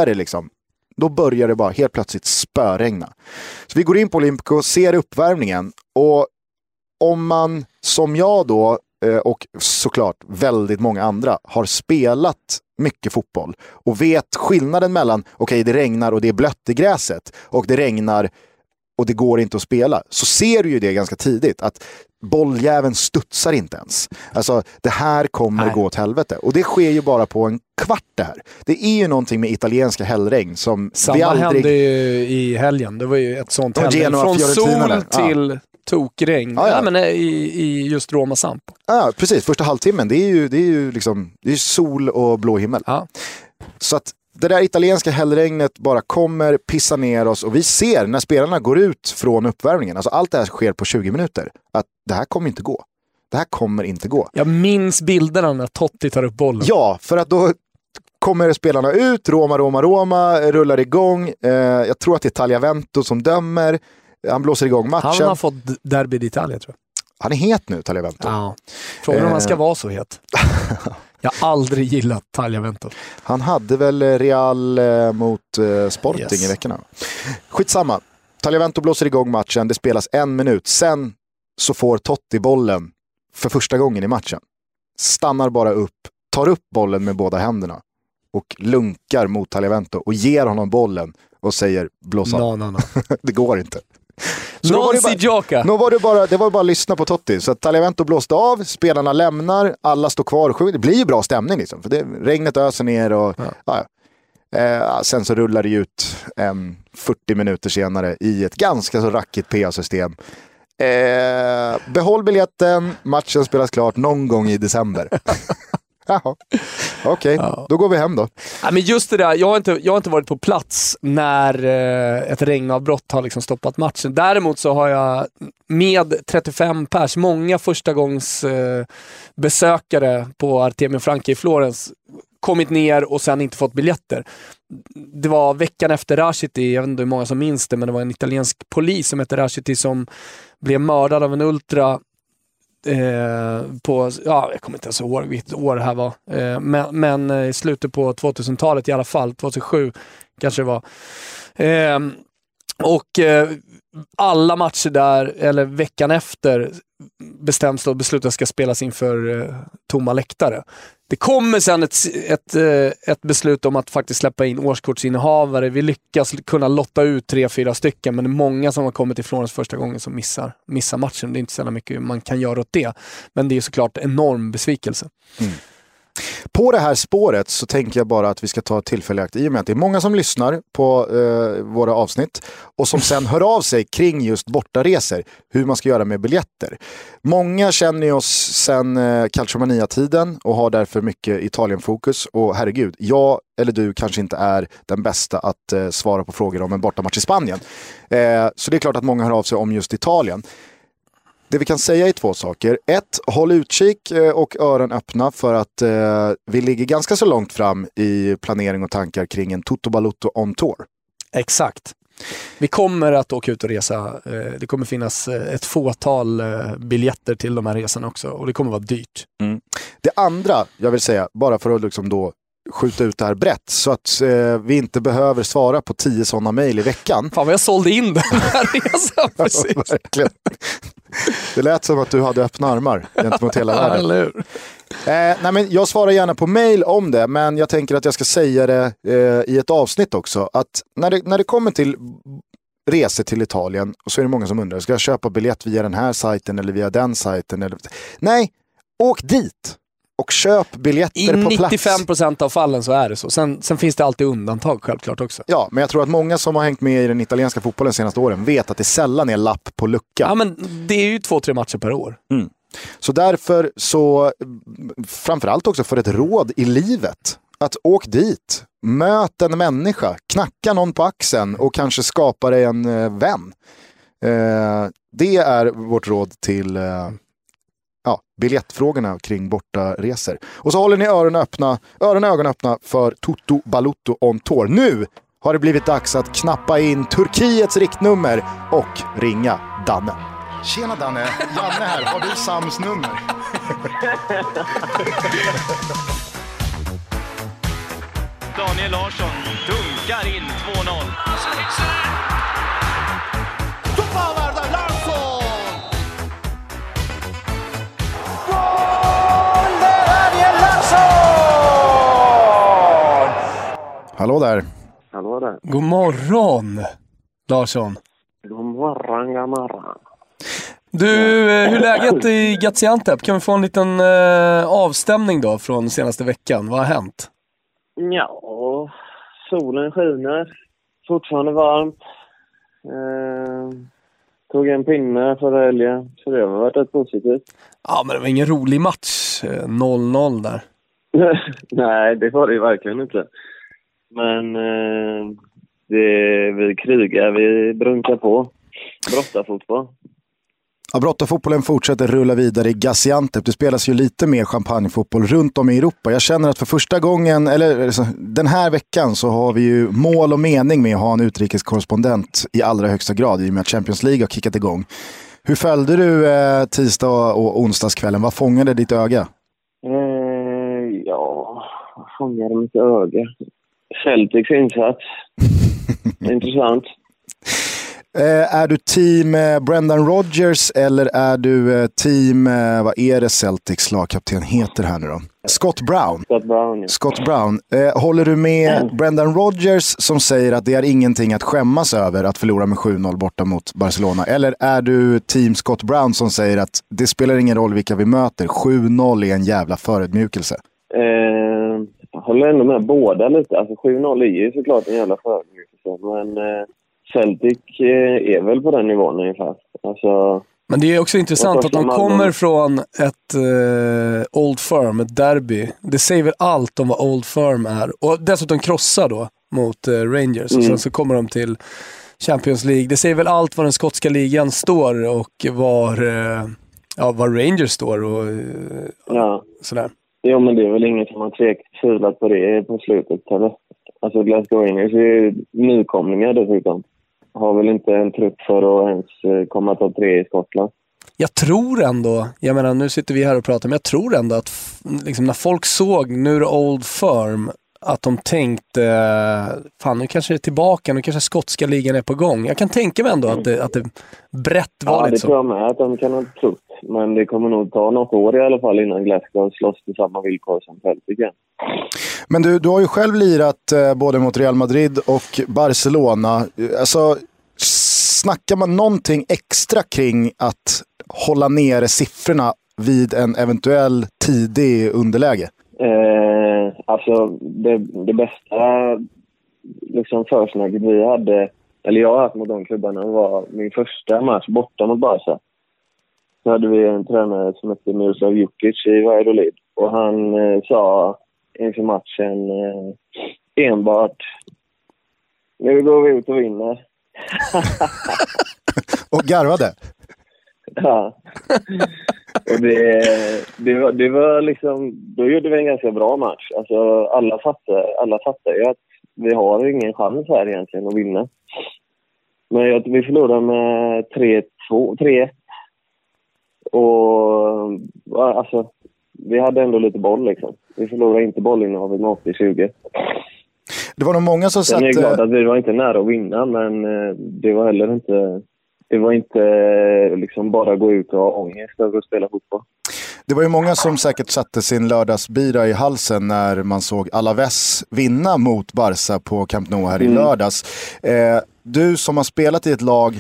börjar det bara helt plötsligt spöregna. Så vi går in på Olympico, ser uppvärmningen, och om man som jag då och såklart väldigt många andra har spelat mycket fotboll och vet skillnaden mellan det regnar och det är blött i gräset och det regnar och det går inte att spela, så ser du ju det ganska tidigt att bolljäveln studsar inte ens. Alltså det här kommer gå åt helvete. Och det sker ju bara på en kvart det här. Det är ju någonting med italienska hällregn som vi aldrig... hände ju i helgen. Det var ju ett sånt helgen. Från sol till tokregn. Ja, men i just Roma Samp. Ja, precis. Första halvtimmen, det är ju liksom, det är sol och blå himmel. Ja. Så att det där italienska hällregnet bara kommer pissa ner oss, och vi ser när spelarna går ut från uppvärmningen, alltså allt det här sker på 20 minuter, att det här kommer inte gå. Det här kommer inte gå. Jag minns bilderna när Totti tar upp bollen. Ja, för att då kommer spelarna ut, Roma rullar igång. Jag tror att det är Tagliavento som dömer. Han blåser igång matchen. Han har fått Derby d'Italia, tror jag. Han är het nu, Tagliavento. Ja. Frågan om han ska vara så het. Jag har aldrig gillat Tagliavento. Han hade väl Real mot Sporting i veckorna. Skitsamma. Tagliavento blåser igång matchen. Det spelas 1 minut. Sen så får Totti bollen för första gången i matchen. Stannar bara upp. Tar upp bollen med båda händerna. Och lunkar mot Tagliavento. Och ger honom bollen. Och säger blås av. No. Det går inte. Så det var bara att lyssna på Totti. Så att Tagliavento blåste av, spelarna lämnar, alla står kvar och sjunger. Det blir ju bra stämning liksom, för regnet öser ner och sen så rullar det ut 40 minuter senare i ett ganska så rackigt PA-system. Behåll biljetten, matchen spelas klart någon gång i december. Jaha. Okej, då går vi hem då. Ja, men just det där, jag har inte varit på plats när ett regnavbrott har liksom stoppat matchen. Däremot så har jag med 35 pers, många förstagångs besökare på Artemio Franchi i Florens, kommit ner och sen inte fått biljetter. Det var veckan efter Rashidi, jag vet inte hur många som minns det, men det var en italiensk polis som hette Rashidi som blev mördad av en ultra jag kommer inte ens ihåg vilket år det här var, men i slutet på 2000-talet i alla fall, 2007 kanske det var, och alla matcher där, eller veckan efter, bestäms då beslutet ska spelas inför tomma läktare. Det kommer sen ett beslut om att faktiskt släppa in årskortsinnehavare. Vi lyckas kunna lotta ut 3-4 stycken, men det är många som har kommit till Florens första gången som missar matchen. Det är inte så mycket man kan göra åt det, men det är såklart en enorm besvikelse. Mm. På det här spåret så tänker jag bara att vi ska ta ett tillfälle i och med att det är många som lyssnar på våra avsnitt och som sen hör av sig kring just bortaresor, hur man ska göra med biljetter. Många känner ju oss sen Calciomania-tiden och har därför mycket Italien-fokus, och herregud, jag eller du kanske inte är den bästa att svara på frågor om en bortamatch i Spanien. Så det är klart att många hör av sig om just Italien. Det vi kan säga är 2 saker. 1, håll utkik och öron öppna för att vi ligger ganska så långt fram i planering och tankar kring en Toto Balotto on tour. Exakt. Vi kommer att åka ut och resa. Det kommer finnas ett fåtal biljetter till de här resorna också, och det kommer vara dyrt. Mm. Det andra jag vill säga, bara för att liksom då skjuta ut det här brett så att vi inte behöver svara på 10 sådana mejl i veckan. Fan vad jag sålde in den här resan precis. Ja, verkligen. Det lät som att du hade öppna armar gentemot hela världen. Eller hur? Nej, men jag svarar gärna på mejl om det, men jag tänker att jag ska säga det i ett avsnitt också. Att när det kommer till resor till Italien, och så är det många som undrar, ska jag köpa biljett via den här sajten eller via den sajten? Nej, åk dit. och köp biljetter på plats. I 95% av fallen så är det så. Sen finns det alltid undantag självklart också. Ja, men jag tror att många som har hängt med i den italienska fotbollen de senaste åren vet att det sällan är lapp på lucka. Ja, men det är ju 2-3 matcher per år. Så därför så, framförallt också för ett råd i livet, att åk dit, möt en människa, knacka någon på axeln och kanske skapa dig en vän. Det är vårt råd till biljettfrågorna kring bortaresor. Och så håller ni öronen och ögonen öppna för Toto Balotto on tour. Nu har det blivit dags att knappa in Turkiets riktnummer och ringa Danne. Tjena Danne, Janne här. Har du Sams nummer? Daniel Larsson dunkar in 2-0. Hallå där. Hallå där. God morgon, Larsson. God morgon. Du, hur är läget i Gaziantep? Kan vi få en liten avstämning då från senaste veckan? Vad har hänt? Ja, solen skiner. Fortfarande varmt. Tog en pinne förra helgen, så det har varit rätt positivt. Ja, men det var ingen rolig match. 0-0 där. Nej, det var det ju verkligen inte. Men vi krigar, vi brunkar på. Brottarfotboll. Ja, brottarfotbollen fortsätter rulla vidare i Gaziantep. Det spelas ju lite mer champagnefotboll runt om i Europa. Jag känner att för första gången, eller den här veckan, så har vi ju mål och mening med att ha en utrikeskorrespondent i allra högsta grad i och med att Champions League har kickat igång. Hur följde du tisdag och onsdagskvällen? Vad fångade ditt öga? Vad fångade mitt öga? Celtics insats. Intressant. Är du team Brendan Rodgers eller är du team, vad är det Celtics lagkapten heter här nu då? Scott Brown. Ja. Scott Brown. Håller du med Brendan Rodgers som säger att det är ingenting att skämmas över att förlora med 7-0 borta mot Barcelona? Eller är du team Scott Brown som säger att det spelar ingen roll vilka vi möter, 7-0 är en jävla förödmjukelse? Jag håller ändå med båda lite. Alltså 7-0 är ju såklart en jävla förödmjukelse, men Celtic är väl på den nivån ungefär. Alltså, men det är också intressant att de kommer från ett Old Firm, ett derby. Det säger väl allt om vad Old Firm är. Och dessutom krossar då mot Rangers. Och sen så kommer de till Champions League. Det säger väl allt vad den skotska ligan står och var Rangers står och sådär. Ja, men det är väl ingen som har tvivlat på det på slutet. Eller? Alltså Glasgow Rangers är ju nykomlingar dessutom. Har väl inte en trupp för att ens komma topp 3 i Skottland. Jag tror ändå, jag menar nu sitter vi här och pratar, men jag tror ändå att liksom, när folk såg nu är det Old Firm, att de tänkte fan nu kanske det är tillbaka, nu kanske skotska ligan är på gång. Jag kan tänka mig ändå att det brett var lite så. Ja, det tror jag med att de kan ha trott. Men det kommer nog ta något år i alla fall innan Glasgow slåss till samma villkor som Celtic igen. Men du har ju själv lirat både mot Real Madrid och Barcelona. Alltså, snackar man någonting extra kring att hålla nere siffrorna vid en eventuell tidig underläge? Alltså, det bästa liksom försnacket vi hade, eller jag har haft mot de klubbarna, var min första match borta mot Barca. Så hade vi en tränare som hette Miroslav Jukic i Valladolid. Och han sa inför matchen enbart nu går vi ut och vinner. Och garvade? Ja. Och det var liksom, då gjorde vi en ganska bra match. Alltså alla fattar ju att vi har ingen chans här egentligen att vinna. Men vi förlorade med 3-1. Och alltså vi hade ändå lite boll liksom. Vi förlorade inte bollinnehavet med 80-20. Det var nog många som satt... Jag är glad att vi var inte nära att vinna, men det var heller inte... Det var inte liksom bara gå ut och ha ångest över att spela fotboll. Det var ju många som säkert satte sin lördagsbira i halsen när man såg Alaves vinna mot Barca på Camp Nou här i lördags. Du som har spelat i ett lag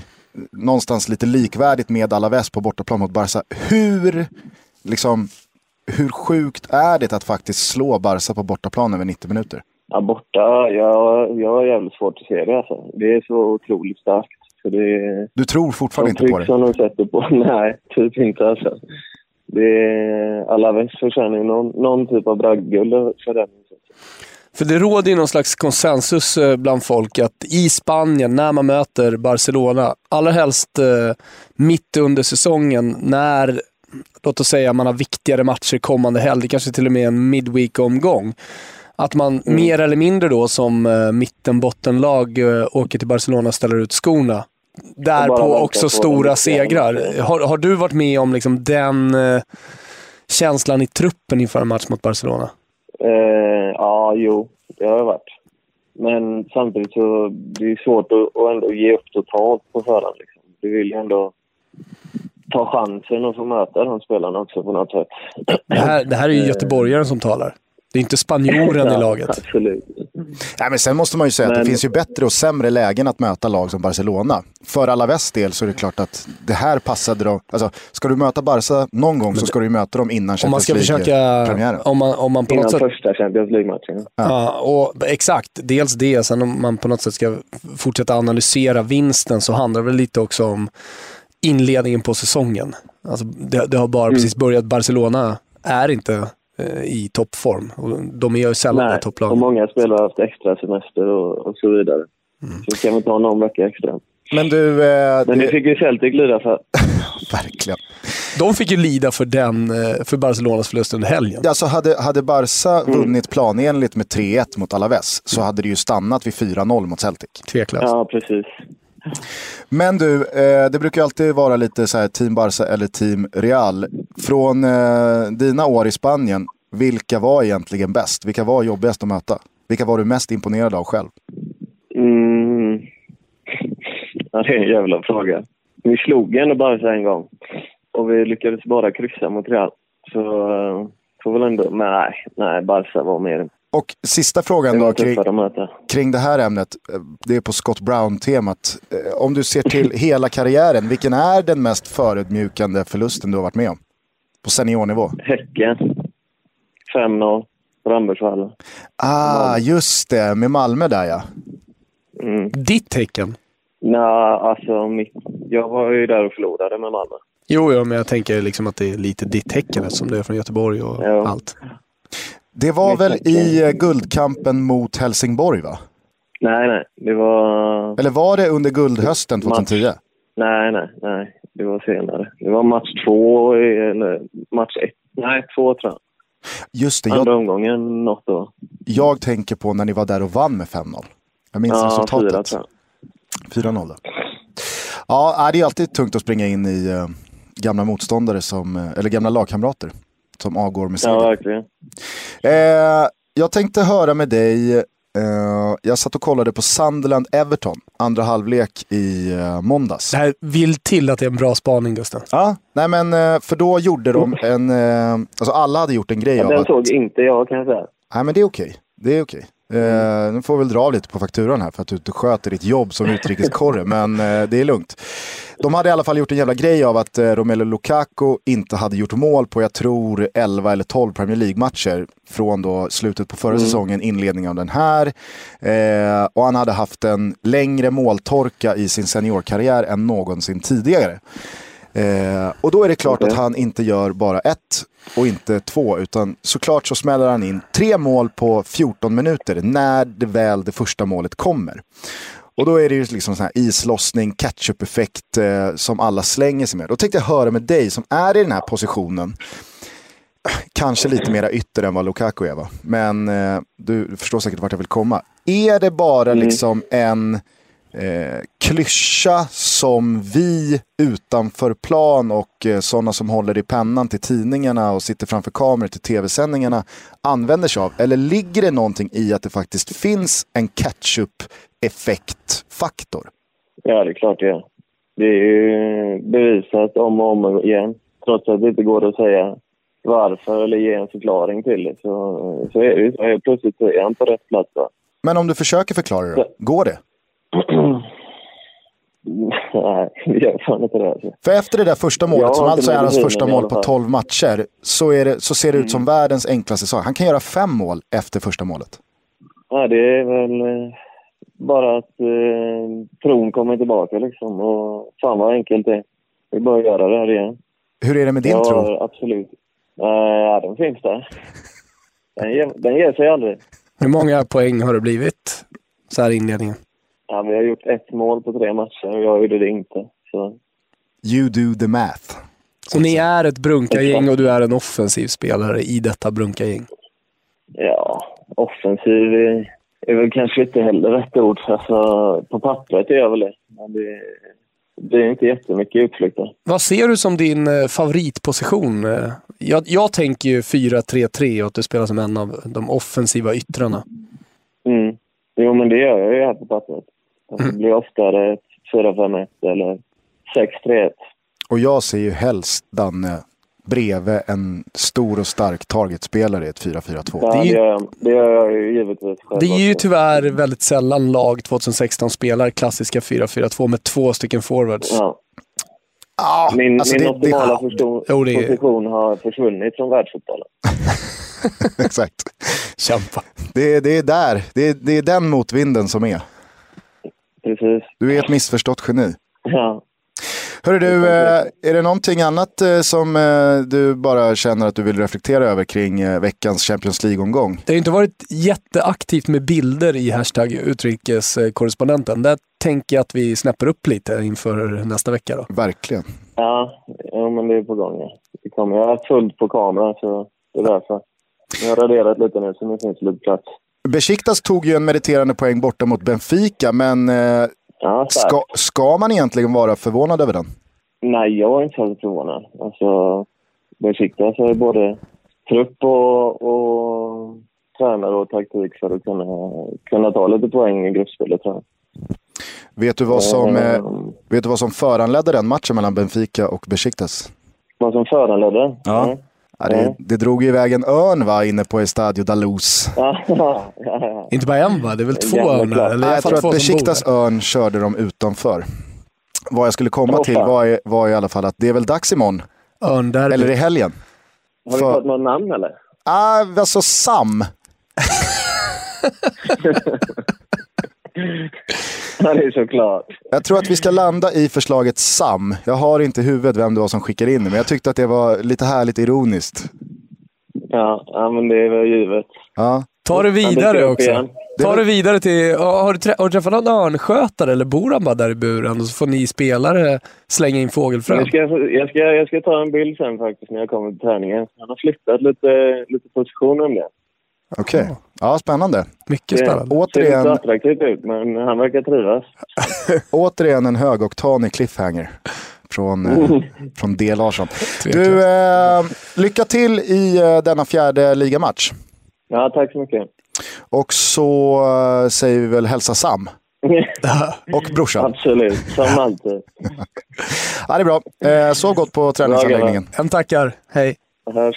hur sjukt är det att faktiskt slå Barca på bortaplan över 90 minuter? Ja, borta. Jag har jävligt svårt att se det. Alltså. Det är så otroligt starkt. Så det, du tror fortfarande inte på det? Som de sätter på. Nej, typ inte. Alltså. Alaves förtjänar ju någon typ av bragdguld för den. För det råder ju någon slags konsensus bland folk att i Spanien, när man möter Barcelona, allra helst mitt under säsongen, när, låt oss säga, man har viktigare matcher kommande helg, kanske till och med en midweek-omgång, att man mer eller mindre då som mitten-bottenlag åker till Barcelona och ställer ut skorna. Därpå också stora segrar. Har du varit med om liksom den känslan i truppen inför en match mot Barcelona? Ja, jo, det har jag varit. Men samtidigt så det är svårt att ändå ge upp totalt på förhand. Liksom. Du vill ju ändå ta chansen och få möta de spelarna också på något sätt. Det här är ju göteborgaren som talar. Det är inte spanjoren i laget. Absolut. Nej, men sen måste man ju säga att det finns ju bättre och sämre lägen att möta lag som Barcelona. För Alaves del så är det klart att det här passade dem. Alltså, ska du möta Barca någon gång så ska du möta dem innan Champions League-premiären. Om man på något sätt, första Champions League-matchen. Ja, och exakt. Dels det. Sen om man på något sätt ska fortsätta analysera vinsten så handlar det väl lite också om inledningen på säsongen. Alltså, det har bara precis börjat. Barcelona är inte i toppform. Och de är ju sällan på topplag. Och många spelare har haft extra semester och så vidare. Så kan vi ta någon vecka extra. Men det fick ju Celtic lida för. Verkligen. De fick ju lida för Barcelonas förlust under helgen. Ja, så hade Barca vunnit planenligt med 3-1 mot Alaves så hade det ju stannat vid 4-0 mot Celtic. Tveklöst. Ja, precis. Men du, det brukar alltid vara lite så här Team Barca eller Team Real. Från dina år i Spanien, vilka var egentligen bäst? Vilka var jobbigast att möta? Vilka var du mest imponerad av själv? Ja, det är en jävla fråga. Vi slog ändå Barca en gång. Och vi lyckades bara kryssa mot Real. Så får väl ändå... Nej, Barca var mer... Och sista frågan då kring det här ämnet, det är på Scott Brown-temat. Om du ser till hela karriären, vilken är den mest förödmjukande förlusten du har varit med om? På seniornivå? Häcken. 5-0. Rambergsvallen. Just det. Med Malmö där, ja. Ditt Häcken? Nej, alltså jag var ju där och förlorade med Malmö. Jo, men jag tänker liksom att det är lite ditt Häcken som det är från Göteborg och allt. Det var väl i guldkampen mot Helsingborg, va? Nej. Det var... Eller var det under guldhösten 2010? Nej. Det var senare. Det var match 2 eller match 1. Nej, 2 tror jag. Just det. Andra omgången något då. Jag tänker på när ni var där och vann med 5-0. Jag minns resultatet. 4-0 då. Ja, det är alltid tungt att springa in i gamla motståndare eller gamla lagkamrater som avgår med seger. Ja, verkligen. Jag tänkte höra med dig. Jag satt och kollade på Sunderland-Everton, andra halvlek i måndags. Det här vill till att det är en bra spaning, Gustav. Ja, nej men för då gjorde de alltså alla hade gjort en grej av den såg inte jag, kan jag säga. Nej, men det är okej. Nu får vi väl dra av lite på fakturan här för att du inte sköter ditt jobb som utrikeskorre, men det är lugnt. De hade i alla fall gjort en jävla grej av att Romelu Lukaku inte hade gjort mål på, jag tror, 11 eller 12 Premier League-matcher från då slutet på förra säsongen, inledningen av den här. Och han hade haft en längre måltorka i sin seniorkarriär än någonsin tidigare. Och då är det klart att han inte gör bara 1 och inte 2, utan såklart så smäller han in 3 mål på 14 minuter när det första målet kommer. Och då är det ju liksom sån här islossning, catch-up-effekt som alla slänger sig med. Då tänkte jag höra med dig som är i den här positionen, kanske lite mera ytter än vad Lukaku är, va? Men du förstår säkert vart jag vill komma. Är det bara liksom en klyscha som vi utanför plan och sådana som håller i pennan till tidningarna och sitter framför kameror till tv-sändningarna använder sig av? Eller ligger det någonting i att det faktiskt finns en catch-up-effekt-faktor? Ja, det är klart det är. Det är ju bevisat om och om igen. Trots att det inte går att säga varför eller ge en förklaring till det. Så är det ju. Så är plötsligt en på rätt plats. Va? Men om du försöker förklara det, går det? Nej, det gör fan inte det. Alltså. För efter det där första målet, som alltså är hans första mål på 12 matcher, så ser det ut som världens enklaste sak. Han kan göra 5 mål efter första målet. Ja, det är väl bara att tron kommer tillbaka liksom. Och fan vad enkelt det är. Vi börjar göra det här igen. Hur är det med din tro? Absolut. Ja, den finns där. Den ger sig aldrig. Hur många poäng har det blivit så här i inledningen? Ja, vi har gjort 1 mål på 3 matcher och jag gjorde det inte. Så. You do the math. Och ni är ett brunkagäng och du är en offensiv spelare i detta brunkagäng. Ja, offensiv är väl kanske inte heller rätt ord. Alltså, på pappret är jag väl det. Men det är inte jättemycket utflykter. Vad ser du som din favoritposition? Jag tänker ju 4-3-3 och att du spelar som en av de offensiva yttrarna. Jo, men det gör jag ju här på pappret. Det blir oftare 4-5-1 eller 6-3-1. Och jag ser ju helst Danne bredvid en stor och stark targetspelare i ett 4-4-2. Ja, det gör jag ju givetvis själv. Det är ju tyvärr väldigt sällan lag 2016 spelar klassiska 4-4-2 med 2 stycken forwards. Ja. Min optimala position har försvunnit från världsfotbollen. Exakt. Kämpa. Det är där. Det är den motvinden som är. Precis. Du är ett missförstått geni. Ja. Hörru du, är det någonting annat som du bara känner att du vill reflektera över kring veckans Champions League-omgång? Det har inte varit jätteaktivt med bilder i hashtag utrikeskorrespondenten. Där tänker jag att vi snäpper upp lite inför nästa vecka då. Verkligen. Ja, men det är på gång. Jag har fullt på kamera så det är därför. Jag har raderat lite nu så nu finns lite plats. Besiktas tog ju en meriterande poäng borta mot Benfica, men ska man egentligen vara förvånad över den? Nej, jag är inte så förvånad. Alltså, Besiktas är både trupp och tränare och taktik för att kunna ta lite poäng i gruppspelet, tror jag. Vet du vad som föranledde den matchen mellan Benfica och Besiktas? Vad som föranledde? Ja. Ja, det drog ju iväg en örn inne på Estadio da Luz. Inte bara en va? Det är väl 2 örnar? Eller jag tror att Besiktas örn körde dem utanför. Vad jag skulle komma till var i alla fall att det är väl dags imorgon. Örnderby. Eller i helgen. Har du fått någon namn eller? Alltså Sam. Ja, det är såklart. Jag tror att vi ska landa i förslaget Sam. Jag har inte i huvudet vem det var som skickade in det, men jag tyckte att det var lite härligt ironiskt. Ja, men det är väl givet. Ja. Ta det vidare också. Ta det vidare till... Har du träffat någon örnskötare eller bor han bara där i buren och så får ni spelare slänga in fågelfrön? Jag ska ta en bild sen faktiskt när jag kommer till träningen. Han har flyttat lite positioner om det. Okej. Ja, spännande. Mycket spännande. Det ser inte attraktivt ut, men han verkar trivas. Återigen en högoktanig cliffhanger från D. Larsson. Du, lycka till i denna 4:e ligamatch. Ja, tack så mycket. Och så säger vi väl hälsa Sam. Och brorsan. Absolut, som alltid. Ja, det är bra. Så gott på träningsanläggningen. En tackar. Hej. Hörs.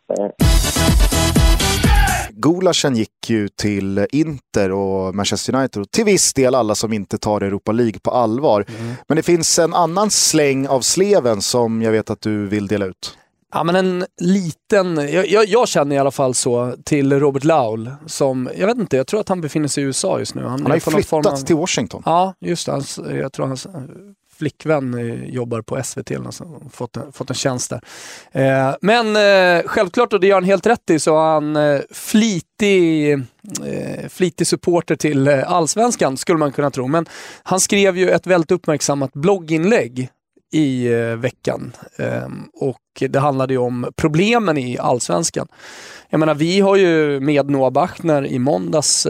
Gulaschen gick ju till Inter och Manchester United och till viss del alla som inte tar Europa League på allvar. Men det finns en annan släng av sleven som jag vet att du vill dela ut. Ja, men en liten... Jag känner i alla fall så till Robert Laul som... Jag vet inte, jag tror att han befinner sig i USA just nu. Han har ju flyttat till Washington. Ja, just det. Jag tror hans flickvän jobbar på SVT eller fått en tjänst där. Men självklart, och det gör han helt rätt i, så har han flitig supporter till Allsvenskan, skulle man kunna tro. Men han skrev ju ett väldigt uppmärksammat blogginlägg i veckan. Och det handlade ju om problemen i Allsvenskan. Jag menar, vi har ju med Noah Bachner i måndags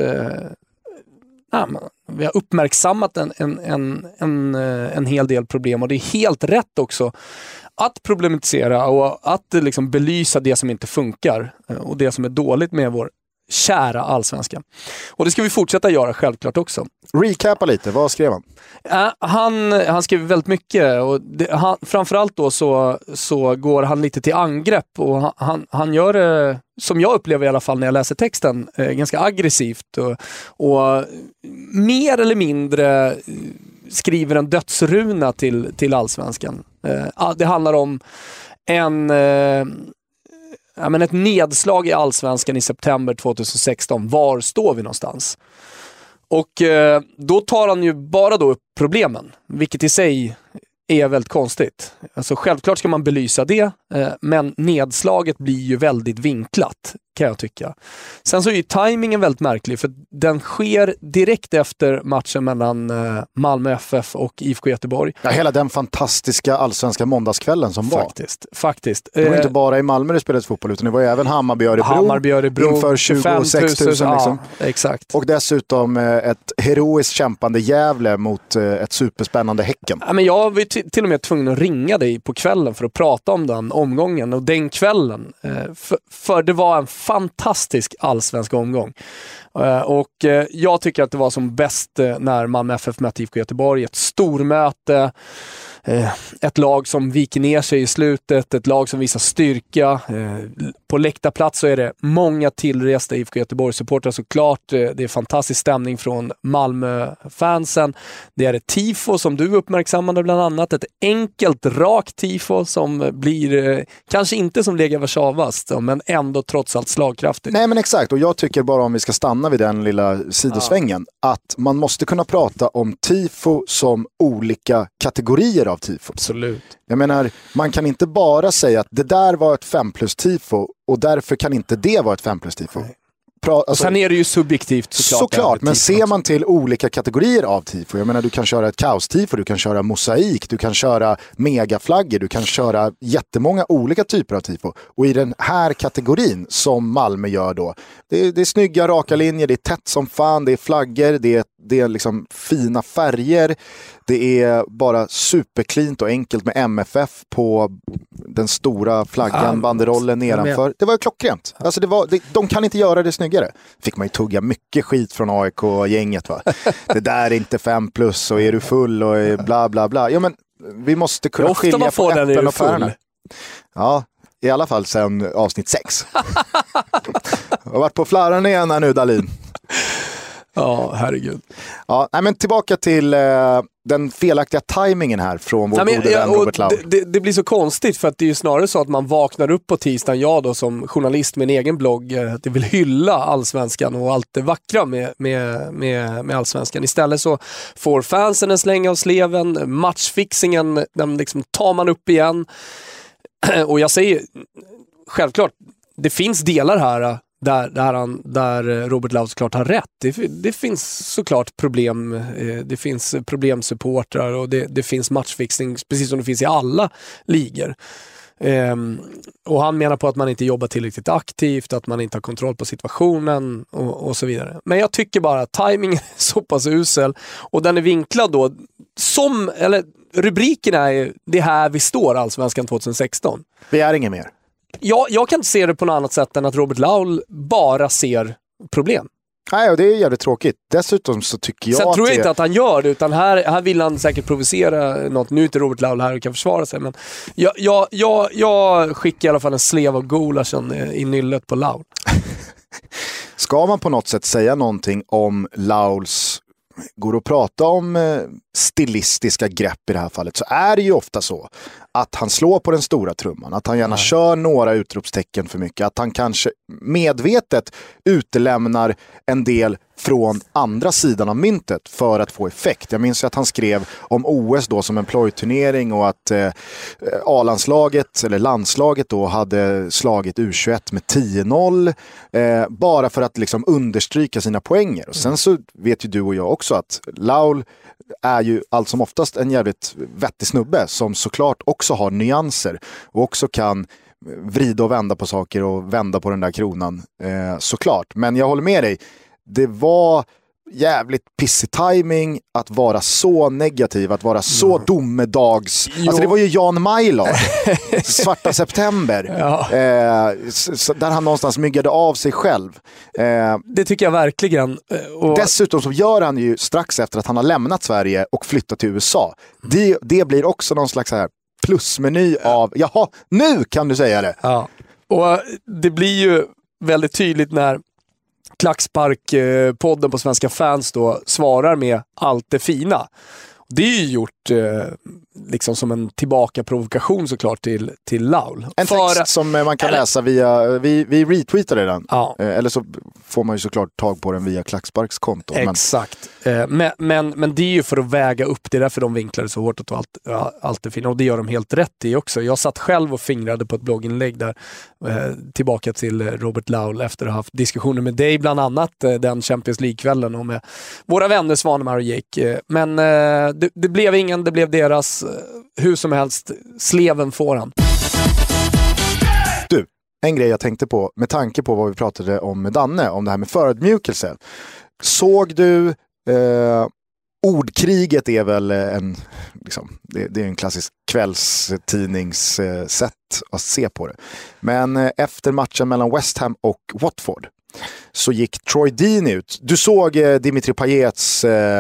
vi har uppmärksammat en hel del problem, och det är helt rätt också att problematisera och att liksom belysa det som inte funkar och det som är dåligt med vår kära Allsvenskan. Och det ska vi fortsätta göra självklart också. Recapa lite, vad skrev han? Han skrev väldigt mycket, och framförallt då så går han lite till angrepp, och han gör det, som jag upplever i alla fall när jag läser texten, ganska aggressivt och mer eller mindre skriver en dödsruna till allsvenskan. Det handlar om ett nedslag i allsvenskan i september 2016. Var står vi någonstans? Och då tar han ju bara då upp problemen, vilket i sig är väldigt konstigt. Alltså självklart ska man belysa det, men nedslaget blir ju väldigt vinklat, kan jag tycka. Sen så är ju tajmingen väldigt märklig, för den sker direkt efter matchen mellan Malmö FF och IFK Göteborg. Ja, hela den fantastiska allsvenska måndagskvällen som var. Faktiskt. Det var inte bara i Malmö det spelades fotboll, utan det var ju även Hammarby-Örebro inför 26 000 liksom. Ja, exakt. Och dessutom ett heroiskt kämpande Gävle mot ett superspännande Häcken. Ja, men jag var till och med tvungen att ringa dig på kvällen för att prata om den omgången och den kvällen. För det var en fantastisk allsvensk omgång. Och jag tycker att det var som bäst när Malmö FF mötte IFK Göteborg. Ett stormöte. Ett lag som viker ner sig i slutet, ett lag som visar styrka. På läktarplats så är det många tillresta IFK Göteborg-supportrar såklart. Det är fantastisk stämning från Malmö-fansen. Det är ett tifo som du uppmärksammade bland annat. Ett enkelt, rakt tifo som blir kanske inte som Legia Warszawas, men ändå trots allt slagkraftigt. Nej, men exakt, och jag tycker bara om vi ska stanna vid den lilla sidosvängen, att man måste kunna prata om tifo som olika kategorier av tifo. Absolut. Jag menar, man kan inte bara säga att det där var ett 5+ tifo och därför kan inte det vara ett 5+ tifo. Och sen är det ju subjektivt såklart, men ser man till olika kategorier av tifo, jag menar du kan köra ett kaos-tifo, du kan köra mosaik, du kan köra megaflaggor, du kan köra jättemånga olika typer av tifo. Och i den här kategorin som Malmö gör då, det är snygga raka linjer, det är tätt som fan, det är flaggor, det är liksom fina färger, det är bara superklint och enkelt med MFF på den stora flaggan, banderollen nedanför. Det var ju klockrent. Alltså de kan inte göra det snyggare. Fick man ju tugga mycket skit från AIK-gänget, va? Det där är inte 5+ och är du full och bla bla bla. Ja, men vi måste kunna skilja på äpplen och päron. Ja, i alla fall sedan avsnitt 6. Jag har varit på flarran igen här nu, Dahlin. Ja, herregud. Ja, men tillbaka till den felaktiga tajmingen här från vår gode vän Robert Laul. Det blir så konstigt, för att det är ju snarare så att man vaknar upp på tisdagen, jag då som journalist med en egen blogg, att det vill hylla allsvenskan och allt det vackra med allsvenskan. Istället så får fansen en släng av sleven, matchfixingen, den liksom tar man upp igen. Och jag säger, självklart, det finns delar här där Robert Laul såklart har rätt. Det finns såklart problem. Det finns problemsupportrar och det finns matchfixing, precis som det finns i alla ligor. Och han menar på att man inte jobbar tillräckligt aktivt, att man inte har kontroll på situationen och så vidare. Men jag tycker bara att timingen är så pass usel och den är vinklad då rubriken är det här vi står allsvenskan 2016. Vi är ingen mer. Jag kan inte se det på något annat sätt än att Robert Laul bara ser problem. Nej, och det är jävligt tråkigt. Dessutom så tycker jag Sen tror jag inte att han gör det, utan här vill han säkert provocera något. Nu är inte Robert Laul här och kan försvara sig, men jag skickar i alla fall en slev av Gulaschen i nyllet på Laul. Ska man på något sätt säga någonting om Lauls, går att prata om stilistiska grepp i det här fallet, så är det ju ofta så att han slår på den stora trumman, att han gärna kör några utropstecken för mycket, att han kanske medvetet utelämnar en del från andra sidan av myntet för att få effekt. Jag minns att han skrev om OS då som en plojturnering och att A-landslaget eller landslaget då hade slagit U21 med 10-0 bara för att liksom understryka sina poänger. Och sen så vet ju du och jag också att Laul är ju allt som oftast en jävligt vettig snubbe som såklart också har nyanser och också kan vrida och vända på saker och vända på den där kronan såklart. Men jag håller med dig, det var jävligt pissig timing att vara så negativ, att vara så domedags. Alltså det var ju Jan Majlar, Svarta september, där han någonstans myggade av sig själv. Det tycker jag verkligen. Dessutom så gör han ju strax efter att han har lämnat Sverige och flyttat till USA. Det blir också någon slags här plusmeny av, jaha, nu kan du säga det. Ja. Och det blir ju väldigt tydligt när Klackspark-podden på Svenska fans då svarar med allt det fina. Det är ju gjort liksom som en tillbaka-provokation såklart till Laul. En text som man kan läsa via, vi retweetade den. Ja. Eller så får man ju såklart tag på den via Klacksparks konto. Exakt. Men det är ju för att väga upp, det är därför de vinklade så hårt och allt är fint. Och det gör de helt rätt i också. Jag satt själv och fingrade på ett blogginlägg där tillbaka till Robert Laul efter att ha haft diskussioner med dig bland annat den Champions League-kvällen och med våra vänner Svanemar och Jake. Men det blev ingen, det blev deras. Hur som helst, sleven får han. Du, en grej jag tänkte på med tanke på vad vi pratade om med Danne, om det här med förödmjukelse. Såg du ordkriget är väl en liksom, det är en klassisk kvällstidningssätt att se på det. Men efter matchen mellan West Ham och Watford så gick Troy Deeney ut. Du såg Dimitri Payets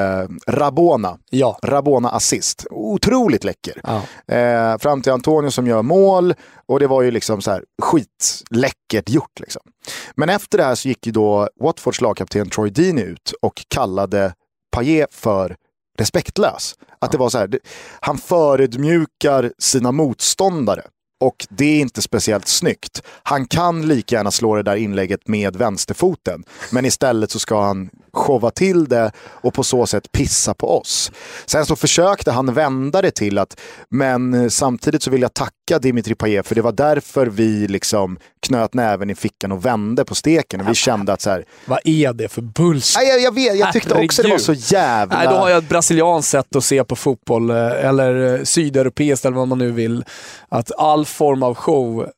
Rabona. Ja. Rabona assist. Otroligt läcker. Ja. Fram till Antonio som gör mål. Och det var ju liksom så här skitläckert gjort liksom. Men efter det här så gick ju då Watfords lagkapten Troy Deeney ut och kallade Payet för respektlös. Att det var så här, han förödmjukar sina motståndare. Och det är inte speciellt snyggt. Han kan lika gärna slå det där inlägget med vänsterfoten. Men istället så ska han showa till det och på så sätt pissa på oss. Sen så försökte han vända det till att, men samtidigt så vill jag tacka Dimitri Payet för det var därför vi liksom knöt näven i fickan och vände på steken. Och vi kände att så här... Vad är det för bullshit? Jag vet, jag tyckte också det var så jävla... Nej, då har jag ett brasilianskt sätt att se på fotboll eller sydeuropeiskt eller vad man nu vill. Att all form av show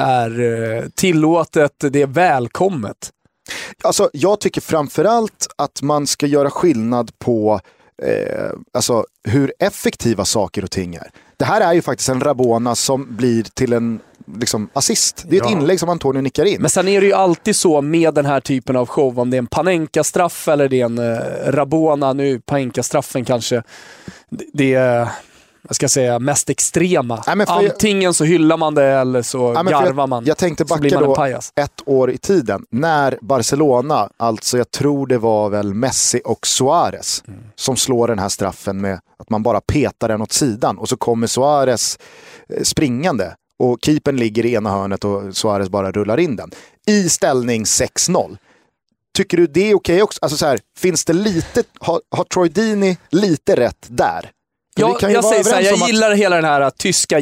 är tillåtet, det är välkommet. Alltså, jag tycker framförallt att man ska göra skillnad på alltså, hur effektiva saker och ting är. Det här är ju faktiskt en Rabona som blir till en liksom, assist. Det är ett inlägg som Antonio nickar in. Men sen är det ju alltid så med den här typen av show, om det är en Panenka-straff eller det är en Rabona, nu Panenka-straffen kanske, det är... jag ska säga mest extrema. Antingen så hyllar man det eller så garvar man. Jag tänkte backa då ett år i tiden. När Barcelona, alltså jag tror det var väl Messi och Suarez som slår den här straffen med att man bara petar den åt sidan. Och så kommer Suarez springande. Och keepern ligger i ena hörnet och Suarez bara rullar in den. I ställning 6-0. Tycker du det är okej också? Alltså så här, finns det lite, har Troy Deeney lite rätt där? Jag säger så här, jag gillar hela den här tyska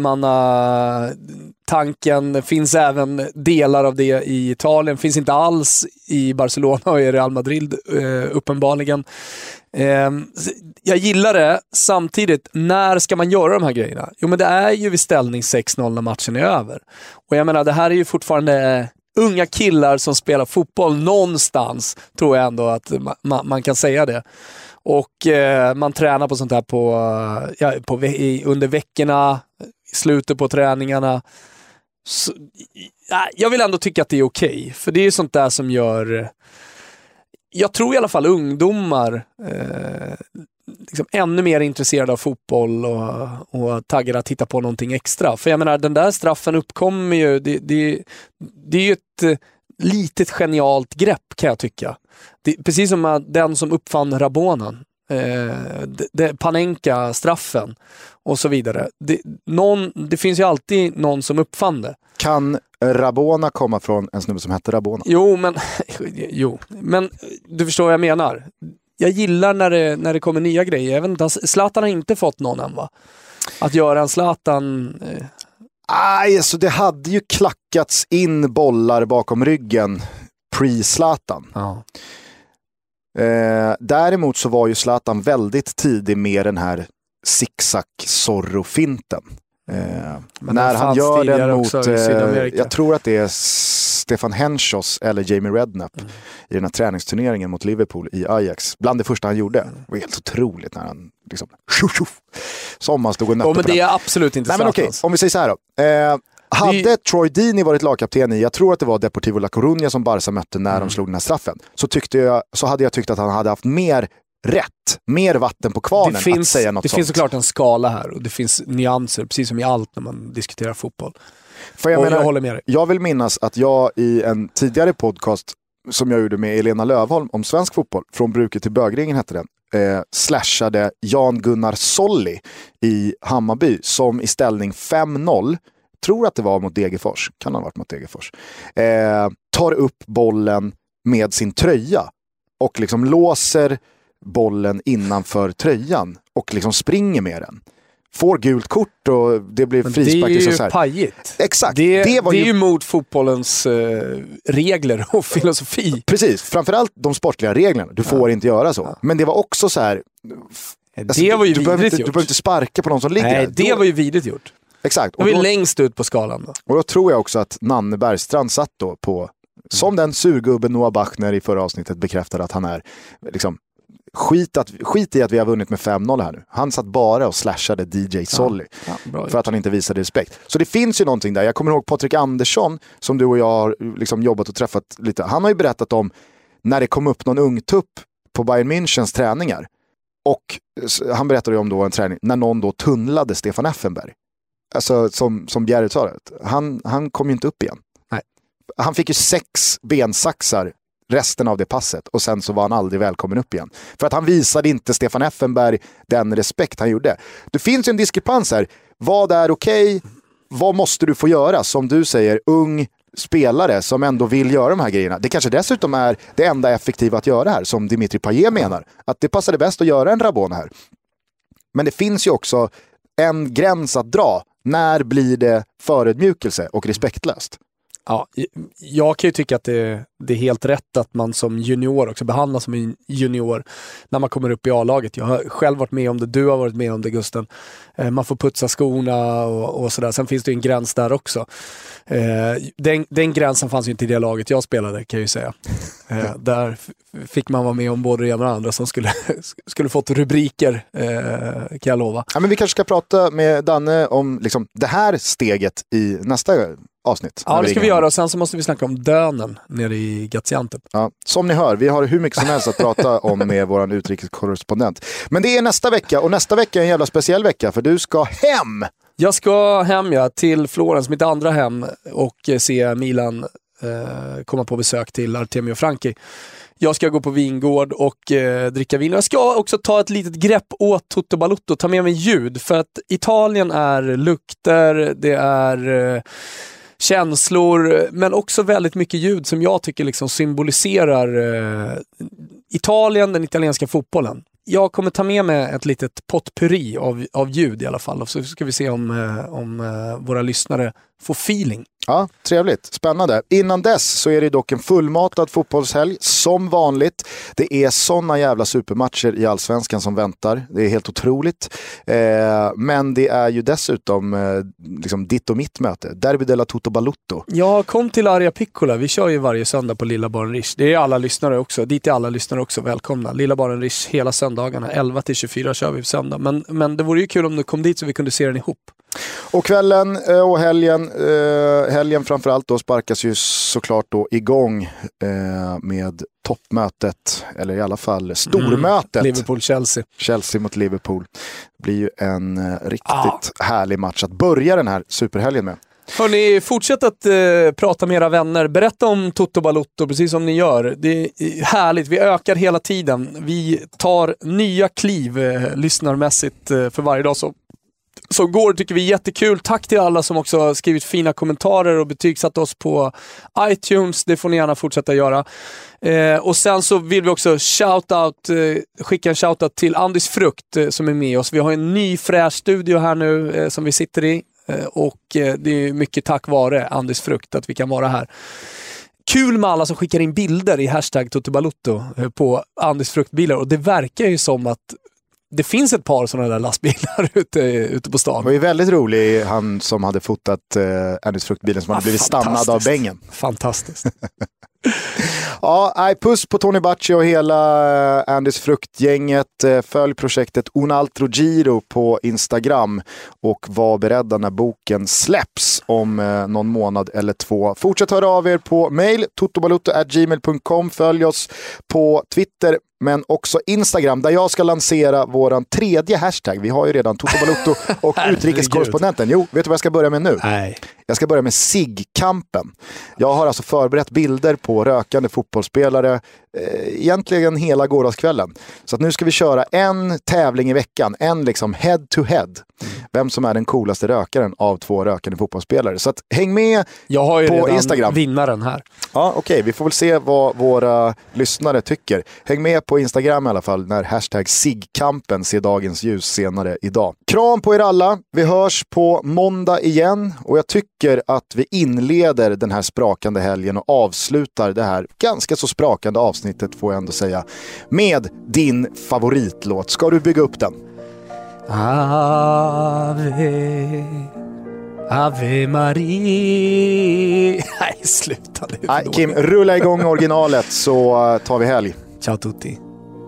gentlemanna-tanken. Det finns även delar av det i Italien. Finns inte alls i Barcelona och i Real Madrid uppenbarligen. Jag gillar det. Samtidigt, när ska man göra de här grejerna? Jo, men det är ju vid ställning 6-0 när matchen är över. Och jag menar, det här är ju fortfarande unga killar som spelar fotboll någonstans, tror jag ändå att man kan säga det. Och man tränar på sånt här under veckorna, i slutet på träningarna. Så, jag vill ändå tycka att det är okej. För det är sånt där som gör... Jag tror i alla fall ungdomar liksom ännu mer intresserade av fotboll och taggade att titta på någonting extra. För jag menar, den där straffen uppkommer ju... Det är ju ett litet genialt grepp, kan jag tycka. Precis som den som uppfann Rabonan, Panenka-straffen och så vidare. Det finns ju alltid någon som uppfann det. Kan Rabona komma från en snubbe som heter Rabona? Jo, men du förstår vad jag menar. Jag gillar när det kommer nya grejer. Jag vet inte, Zlatan har inte fått någon än, va? Att göra en Zlatan... Så det hade ju klackats in bollar bakom ryggen pre-Zlatan. Ja. Däremot så var ju Zlatan väldigt tidig med den här zigzag-Zorro-finten. När han gör den mot, jag tror att det är Stefan Henschos eller Jamie Redknapp i den här träningsturneringen mot Liverpool i Ajax. Bland det första han gjorde. Det var helt otroligt när han liksom, som han stod och nötte på men det är absolut inte sant. Men okej, om vi säger så här då. Hade Troy Deeney varit lagkapten i, jag tror att det var Deportivo La Coruña som Barca mötte när de slog den här straffen, så hade jag tyckt att han hade haft mer vatten på kvarnen att säga något sånt. Det finns såklart en skala här och det finns nyanser, precis som i allt när man diskuterar fotboll. Jag håller med dig. Jag vill minnas att jag i en tidigare podcast som jag gjorde med Elena Lövholm om svensk fotboll, Från bruket till bögringen hette den, slashade Jan-Gunnar Solli i Hammarby som i ställning 5-0, tror att det var mot Degerfors, kan ha varit mot Degerfors, tar upp bollen med sin tröja och liksom låser bollen innanför tröjan och liksom springer med den. Får gult kort och det blir frispark. Det är ju så här. Pajigt. Exakt. Det är ju mot fotbollens regler och filosofi. Precis, framförallt de sportliga reglerna. Du får inte göra så. Ja. Men det var också så här... Alltså, det var ju du behöver inte sparka på någon som ligger. Nej, det var ju vidrigt gjort. Exakt. Det var ju längst ut på skalan då. Och då tror jag också att Nanne Bergstrand satt då på... Som den surgubben Noah Bachner i förra avsnittet bekräftade att han är liksom... Skit i att vi har vunnit med 5-0 här nu. Han satt bara och slashade DJ Solly för att han inte visade respekt. Så det finns ju någonting där. Jag kommer ihåg Patrik Andersson som du och jag har liksom jobbat och träffat lite. Han har ju berättat om när det kom upp någon ungtupp på Bayern Münchens träningar. Och han berättade ju om då en träning när någon då tunnlade Stefan Effenberg. Alltså som Bjerre sa det. Han kom ju inte upp igen. Nej. Han fick ju 6 bensaxar resten av det passet och sen så var han aldrig välkommen upp igen. För att han visade inte Stefan Effenberg den respekt han gjorde. Det finns ju en diskrepans här. Vad är okej? Vad måste du få göra? Som du säger, ung spelare som ändå vill göra de här grejerna. Det kanske dessutom är det enda effektiva att göra här, som Dimitri Payet menar. Att det passade bäst att göra en Rabona här. Men det finns ju också en gräns att dra. När blir det förödmjukelse och respektlöst? Ja, jag kan ju tycka att det är helt rätt att man som junior också behandlas som en junior när man kommer upp i A-laget. Jag har själv varit med om det, du har varit med om det, Gusten. Man får putsa skorna och sådär. Sen finns det en gräns där också. Den gränsen fanns ju inte i det laget jag spelade, kan jag ju säga. Där fick man vara med om både det ena och andra som skulle fått rubriker, kan jag lova. Ja, men vi kanske ska prata med Danne om liksom, det här steget i nästa avsnitt. Ja, det ska vi göra och sen så måste vi snacka om Dönen nere i Gaziantep. Ja, som ni hör, vi har hur mycket som helst att prata om med våran utrikeskorrespondent. Men det är nästa vecka och nästa vecka är en jävla speciell vecka för du ska hem! Jag ska hem till Florens, mitt andra hem, och se Milan komma på besök till Artemio Franchi. Jag ska gå på vingård och dricka vin. Jag ska också ta ett litet grepp åt Toto Balotto, ta med mig ljud. För att Italien är lukter, det är känslor, men också väldigt mycket ljud som jag tycker liksom symboliserar Italien, den italienska fotbollen. Jag kommer ta med mig ett litet potpurri av ljud i alla fall. Och så ska vi se om våra lyssnare får feeling. Ja, trevligt. Spännande. Innan dess så är det dock en fullmatad fotbollshelg som vanligt. Det är såna jävla supermatcher i Allsvenskan som väntar. Det är helt otroligt. Men det är ju dessutom liksom ditt och mitt möte. Derby della Toto Balotto. Ja, kom till Aria Piccola. Vi kör ju varje söndag på Lilla Baren Rish. Det är alla lyssnare också. Dit är alla lyssnare också välkomna. Lilla Baren Rish hela söndagarna. 11-24 kör vi på söndag. Men det vore ju kul om du kom dit så vi kunde se den ihop. Och kvällen och helgen framförallt då sparkas ju såklart då igång med toppmötet, eller i alla fall stormötet. Liverpool-Chelsea. Chelsea mot Liverpool. Det blir ju en riktigt härlig match att börja den här superhelgen med. Hörrni, fortsätt att prata med era vänner. Berätta om Toto Balotto, precis som ni gör. Det är härligt, vi ökar hela tiden. Vi tar nya kliv lyssnarmässigt för varje dag som går, tycker vi är jättekul. Tack till alla som också har skrivit fina kommentarer och betygsatt oss på iTunes. Det får ni gärna fortsätta göra. Och sen så vill vi också skicka en shoutout till Andis Frukt som är med oss. Vi har en ny fräsch studio här nu som vi sitter i. Och det är mycket tack vare Andis Frukt att vi kan vara här. Kul med alla som skickar in bilder i hashtag Totobalotto på Andis Fruktbilar. Och det verkar ju som att det finns ett par sådana där lastbilar ute på stan. Det var ju väldigt rolig han som hade fotat Andys Fruktbilen som hade blivit stannad av bängen. Fantastiskt. Ja, puss på Tony Bacci och hela Andys Fruktgänget. Följ projektet Un Altro Giro på Instagram och var beredda när boken släpps om någon månad eller 2. Fortsätt höra av er på mail totobalotto@gmail.com. Följ oss på Twitter men också Instagram där jag ska lansera våran 3:e hashtag. Vi har ju redan Totobalotto och utrikeskorrespondenten. Jo, vet du vad jag ska börja med nu? Nej. Jag ska börja med SIG-kampen. Jag har alltså förberett bilder på rökande fotbollsspelare egentligen hela gårdagskvällen. Så att nu ska vi köra en tävling i veckan, en liksom head to head. Vem som är den coolaste rökaren av 2 rökande fotbollsspelare. Så att häng med jag har ju på redan Instagram. Vinnaren här. Ja, okej. Vi får väl se vad våra lyssnare tycker. Häng med på Instagram i alla fall när hashtag SIG-kampen ser dagens ljus senare idag. Kram på er alla. Vi hörs på måndag igen och jag tycker att vi inleder den här sprakande helgen och avslutar det här ganska så sprakande avsnittet, får jag ändå säga, med din favoritlåt. Ska du bygga upp den? Ave Maria. Nej, sluta nu. Nej, Kim, rulla igång originalet så tar vi helg. Ciao tutti.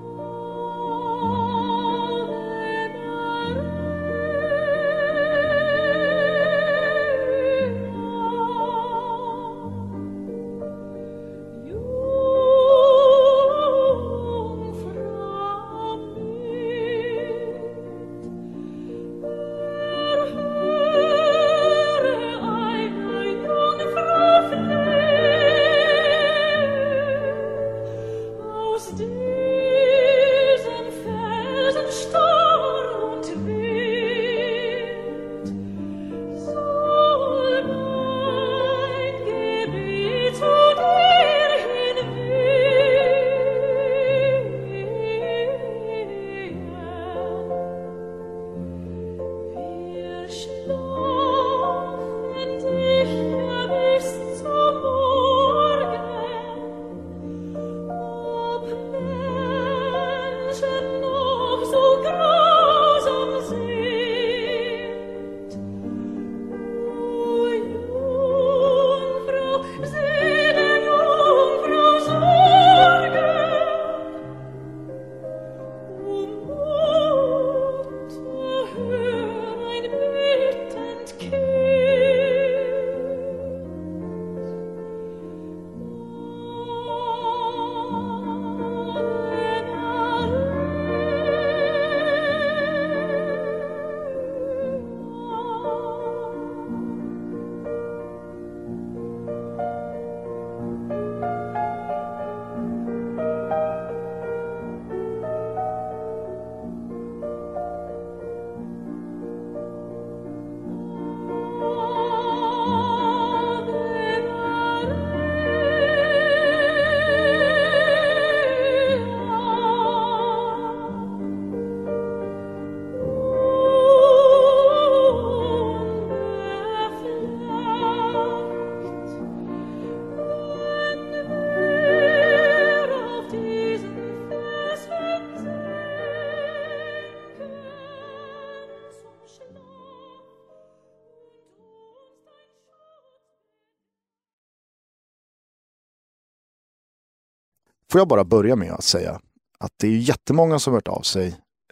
Får jag bara börja med att säga att det är ju jättemånga som har hört av sig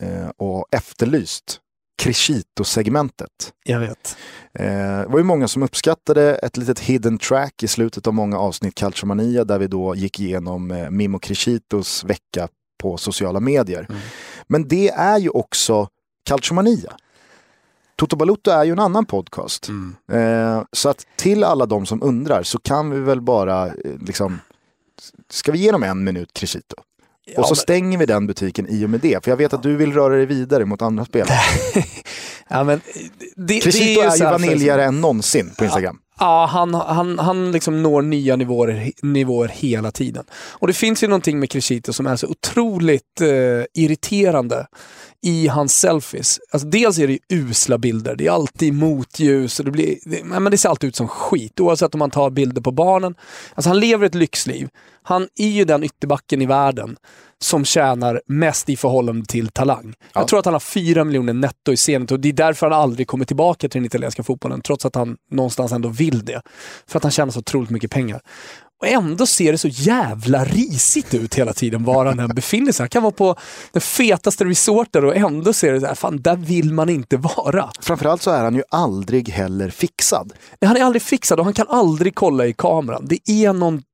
och efterlyst Crescito-segmentet. Jag vet. Det var ju många som uppskattade ett litet hidden track i slutet av många avsnitt Calciomania där vi då gick igenom Mimo Crescitos vecka på sociala medier. Men det är ju också Calciomania. Toto Balotto är ju en annan podcast. Så att till alla de som undrar så kan vi väl bara liksom, ska vi ge dem 1 minut Crescito? Ja, och så stänger vi den butiken i och med det. För jag vet att du vill röra dig vidare mot andra spel. Ja, men Crescito är ju vaniljare än någonsin på Instagram. Ja, han liksom når nya nivåer hela tiden. Och det finns ju någonting med Crescito som är så otroligt irriterande i hans selfies. Alltså dels är det ju usla bilder. Det är alltid motljus och men det ser alltid ut som skit. Oavsett om man tar bilder på barnen. Alltså han lever ett lyxliv. Han är ju den ytterbacken i världen som tjänar mest i förhållande till talang. Ja. Jag tror att han har 4 miljoner netto i scenen och det är därför han aldrig kommer tillbaka till den italienska fotbollen trots att han någonstans ändå vill det. För att han tjänar så otroligt mycket pengar. Och ändå ser det så jävla risigt ut hela tiden var han än befinner sig. Han kan vara på den fetaste resorten och ändå ser det så här, fan, där vill man inte vara. Framförallt så är han ju aldrig heller fixad. Nej, han är aldrig fixad och han kan aldrig kolla i kameran. Det är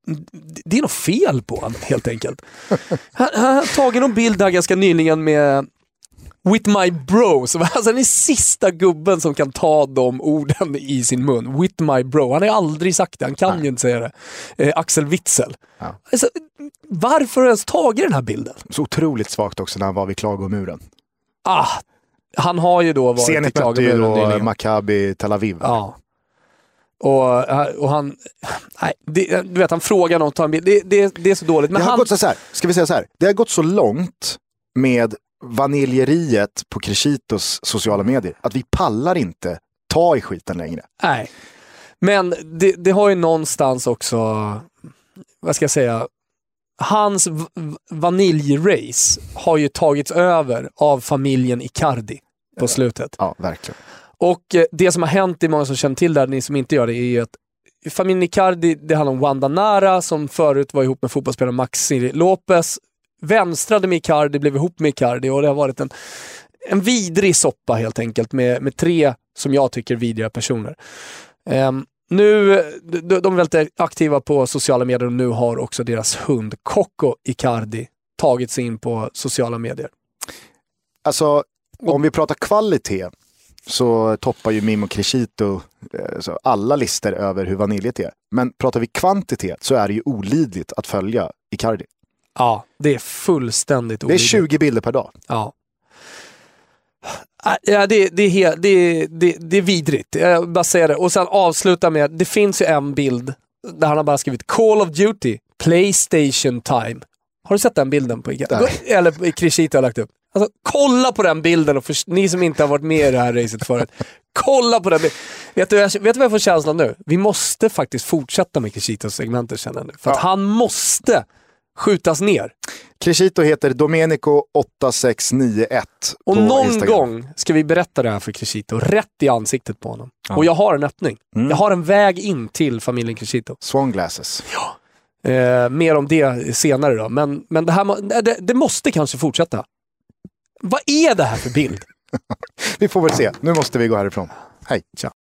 något fel på honom helt enkelt. Han har tagit någon bild där ganska nyligen med With my bro. Så alltså, han är sista gubben som kan ta de orden i sin mun. With my bro. Han har aldrig sagt det. Han kan ju inte säga det. Axel Witsel. Ja. Alltså, varför har han ens tagit den här bilden? Så otroligt svagt också när han var vid Klagomuren. Han har ju då varit Zenit mötte ju då Maccabi Tel Aviv. Ja. Och han... Nej, du vet, han frågar någon att ta en bild. Det är så dåligt. Men gått så här, ska vi säga så här. Det har gått så långt med vaniljeriet på Crescitos sociala medier att vi pallar inte ta i skiten längre. Nej. Men det har ju någonstans också... Vad ska jag säga... Hans vaniljrace har ju tagits över av familjen Icardi på slutet. Ja, verkligen. Och det som har hänt, det är många som känner till det, ni som inte gör det, är ju att familjen Icardi, det handlar om Wanda Nara som förut var ihop med fotbollsspelaren Maxi Lopez, vänstrade med Icardi, blev ihop med Icardi, och det har varit en vidrig soppa helt enkelt med 3, som jag tycker, vidriga personer. Nu, de är väldigt aktiva på sociala medier, och nu har också deras hund Coco Icardi tagit sig in på sociala medier. Alltså, om vi pratar kvalitet så toppar ju Mimo Crescito alla listor över hur vaniljigt är. Men pratar vi kvantitet så är det ju olidligt att följa Icardi. Ja, det är fullständigt olidligt. Det är 20 bilder per dag. Ja. Ja, det är vidrigt. Jag bara säger det. Och sen avsluta med, det finns ju en bild där han har bara skrivit Call of Duty, PlayStation time. Har du sett den bilden på Icardi? Eller Crescito har lagt upp. Alltså, kolla på den bilden, och ni som inte har varit med i det här racet förut. Kolla på den bilden. Vet du vad jag får känslan nu? Vi måste faktiskt fortsätta med Crescitos segmenter, känner jag nu. För att han måste skjutas ner. Crescito heter Domenico8691 och på någon Instagram. gång ska vi berätta det här för Crescito, rätt i ansiktet på honom. Ja. Och jag har en öppning. Jag har en väg in till familjen Crescito. Swan glasses. Ja. Mer om det senare då. Men det här det måste kanske fortsätta. Vad är det här för bild? Vi får väl se. Nu måste vi gå härifrån. Hej. Tja.